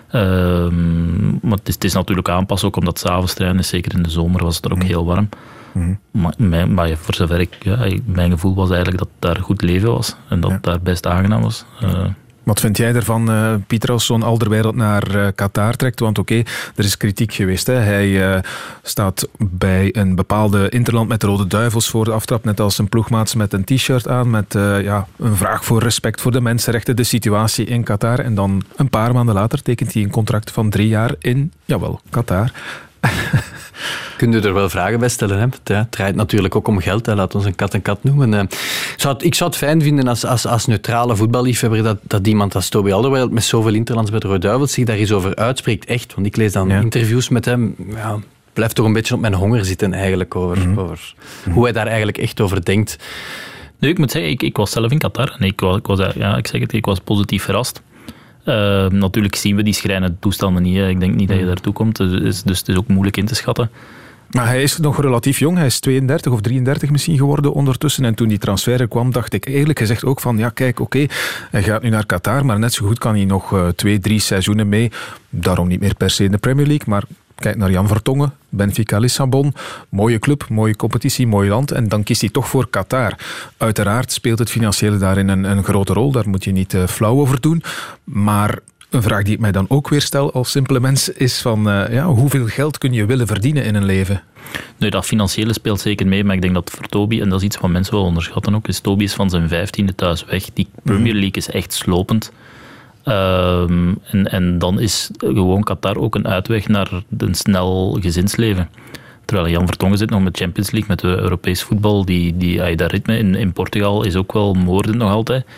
Uh, maar het is, het is natuurlijk aanpassen, ook omdat het 's avonds trainen is. Zeker in de zomer was het er ook mm. heel warm. Mm. Maar, mijn, maar voor zover ik, ja, mijn gevoel was eigenlijk dat het daar goed leven was en dat ja. het daar best aangenaam was. Uh, Wat vind jij ervan, uh, Pieter, als zo'n Alderweireld naar uh, Qatar trekt? Want oké, okay, er is kritiek geweest. Hè. Hij uh, staat bij een bepaalde interland met de Rode Duivels voor de aftrap, net als zijn ploegmaats met een t-shirt aan, met uh, ja, een vraag voor respect voor de mensenrechten, de situatie in Qatar. En dan een paar maanden later tekent hij een contract van drie jaar in, jawel, Qatar. Kun je er wel vragen bij stellen. Hè? Het, het draait natuurlijk ook om geld. Hè? Laat ons een kat en kat noemen. Ik zou het, ik zou het fijn vinden als, als, als neutrale voetballiefhebber dat, dat iemand als Toby Alderweireld met zoveel interlands bij de Rode Duivels zich daar eens over uitspreekt. Echt. Want ik lees dan ja. interviews met hem. Ja, blijft toch een beetje op mijn honger zitten eigenlijk over, mm-hmm. over mm-hmm. hoe hij daar eigenlijk echt over denkt. Nu, ik moet zeggen, ik, ik was zelf in Qatar en ik was, ik was, ja, ik zeg het, ik was positief verrast. Uh, natuurlijk zien we die schrijnende toestanden niet. Hè. Ik denk niet dat je daartoe komt, dus, dus het is ook moeilijk in te schatten. Maar hij is nog relatief jong. Hij is tweeëndertig of drieëndertig misschien geworden ondertussen. En toen die transfer er kwam, dacht ik eerlijk gezegd ook van ja, kijk, oké, okay, hij gaat nu naar Qatar, maar net zo goed kan hij nog uh, twee, drie seizoenen mee. Daarom niet meer per se in de Premier League, maar kijk naar Jan Vertongen, Benfica Lissabon. Mooie club, mooie competitie, mooi land. En dan kiest hij toch voor Qatar. Uiteraard speelt het financiële daarin een, een grote rol. Daar moet je niet uh, flauw over doen. Maar een vraag die ik mij dan ook weer stel als simpele mens is van uh, ja, hoeveel geld kun je willen verdienen in een leven? Nee, dat financiële speelt zeker mee, maar ik denk dat voor Toby, en dat is iets wat mensen wel onderschatten ook, is Toby is van zijn vijftiende thuis weg. Die Premier League is echt slopend. Um, en, en dan is gewoon Qatar ook een uitweg naar een snel gezinsleven. Terwijl Jan Vertongen zit nog met Champions League, met de Europees voetbal. Die, die, dat ritme in, in Portugal is ook wel moordend nog altijd.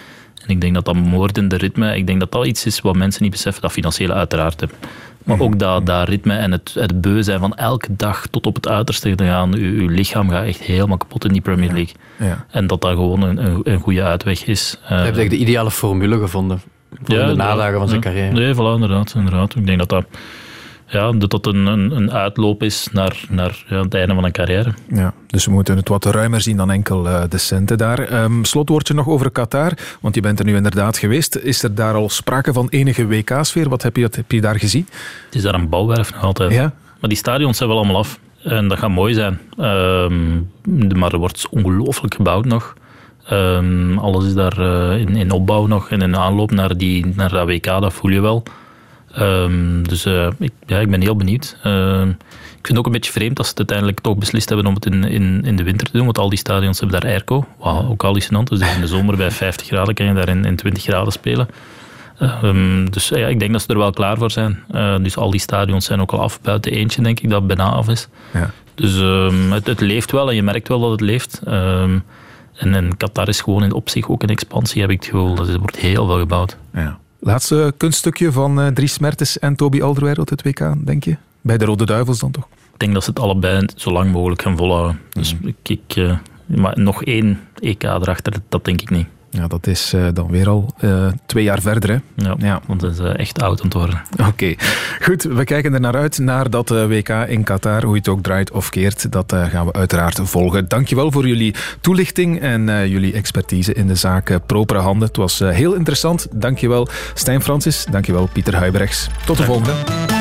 En ik denk dat dat moordende ritme, ik denk dat dat iets is wat mensen niet beseffen, dat financiële uiteraard hebben. Maar ook dat, dat ritme en het, het beu zijn van elke dag tot op het uiterste te gaan. Uw, uw lichaam gaat echt helemaal kapot in die Premier League. Ja. Ja. En dat dat gewoon een, een, een goede uitweg is. Uh, Heb je de ideale formule gevonden voor ja, de nadagen van zijn ja, carrière? Nee, voilà, inderdaad, inderdaad. Ik denk dat dat, ja, dat, dat een, een, een uitloop is naar, naar ja, het einde van een carrière. Ja, dus we moeten het wat ruimer zien dan enkel uh, de centen daar. Um, slotwoordje nog over Qatar, want je bent er nu inderdaad geweest. Is er daar al sprake van enige W K-sfeer? Wat heb je, wat heb je daar gezien? Het is daar een bouwwerf nog altijd. Ja? Maar die stadions zijn wel allemaal af. En dat gaat mooi zijn. Um, maar er wordt ongelooflijk gebouwd nog. Um, alles is daar uh, in, in opbouw nog. En in aanloop naar, die, naar dat W K, dat voel je wel. Um, dus uh, ik, ja, ik ben heel benieuwd. Um, ik vind het ook een beetje vreemd dat ze het uiteindelijk toch beslist hebben om het in, in, in de winter te doen. Want al die stadions hebben daar airco. Wow, ook hallucinant. Dus in de zomer bij vijftig graden kan je daar in, in twintig graden spelen. Um, dus ja, ik denk dat ze er wel klaar voor zijn. Uh, dus al die stadions zijn ook al af. Buiten eentje denk ik dat bijna af is. Ja. Dus um, het, het leeft wel en je merkt wel dat het leeft. Um, en, en Qatar is gewoon in op zich ook een expansie, heb ik het gevoel. Er wordt heel veel gebouwd. Ja. Laatste kunststukje van uh, Dries Mertens en Toby Alderweireld, het W K, denk je? Bij de Rode Duivels dan toch? Ik denk dat ze het allebei zo lang mogelijk gaan volhouden. Dus mm. ik, ik, uh, maar nog één E K erachter, dat denk ik niet. Ja, dat is uh, dan weer al uh, twee jaar verder, hè? Ja, ja. Want het is uh, echt oud aan het worden. Oké, okay. Goed. We kijken er naar uit, naar dat uh, W K in Qatar. Hoe je het ook draait of keert, dat uh, gaan we uiteraard volgen. Dankjewel voor jullie toelichting en uh, jullie expertise in de zaak uh, propere handen. Het was uh, heel interessant. Dankjewel Stijn Francis. Dankjewel Pieter Huybrechts. Tot de volgende.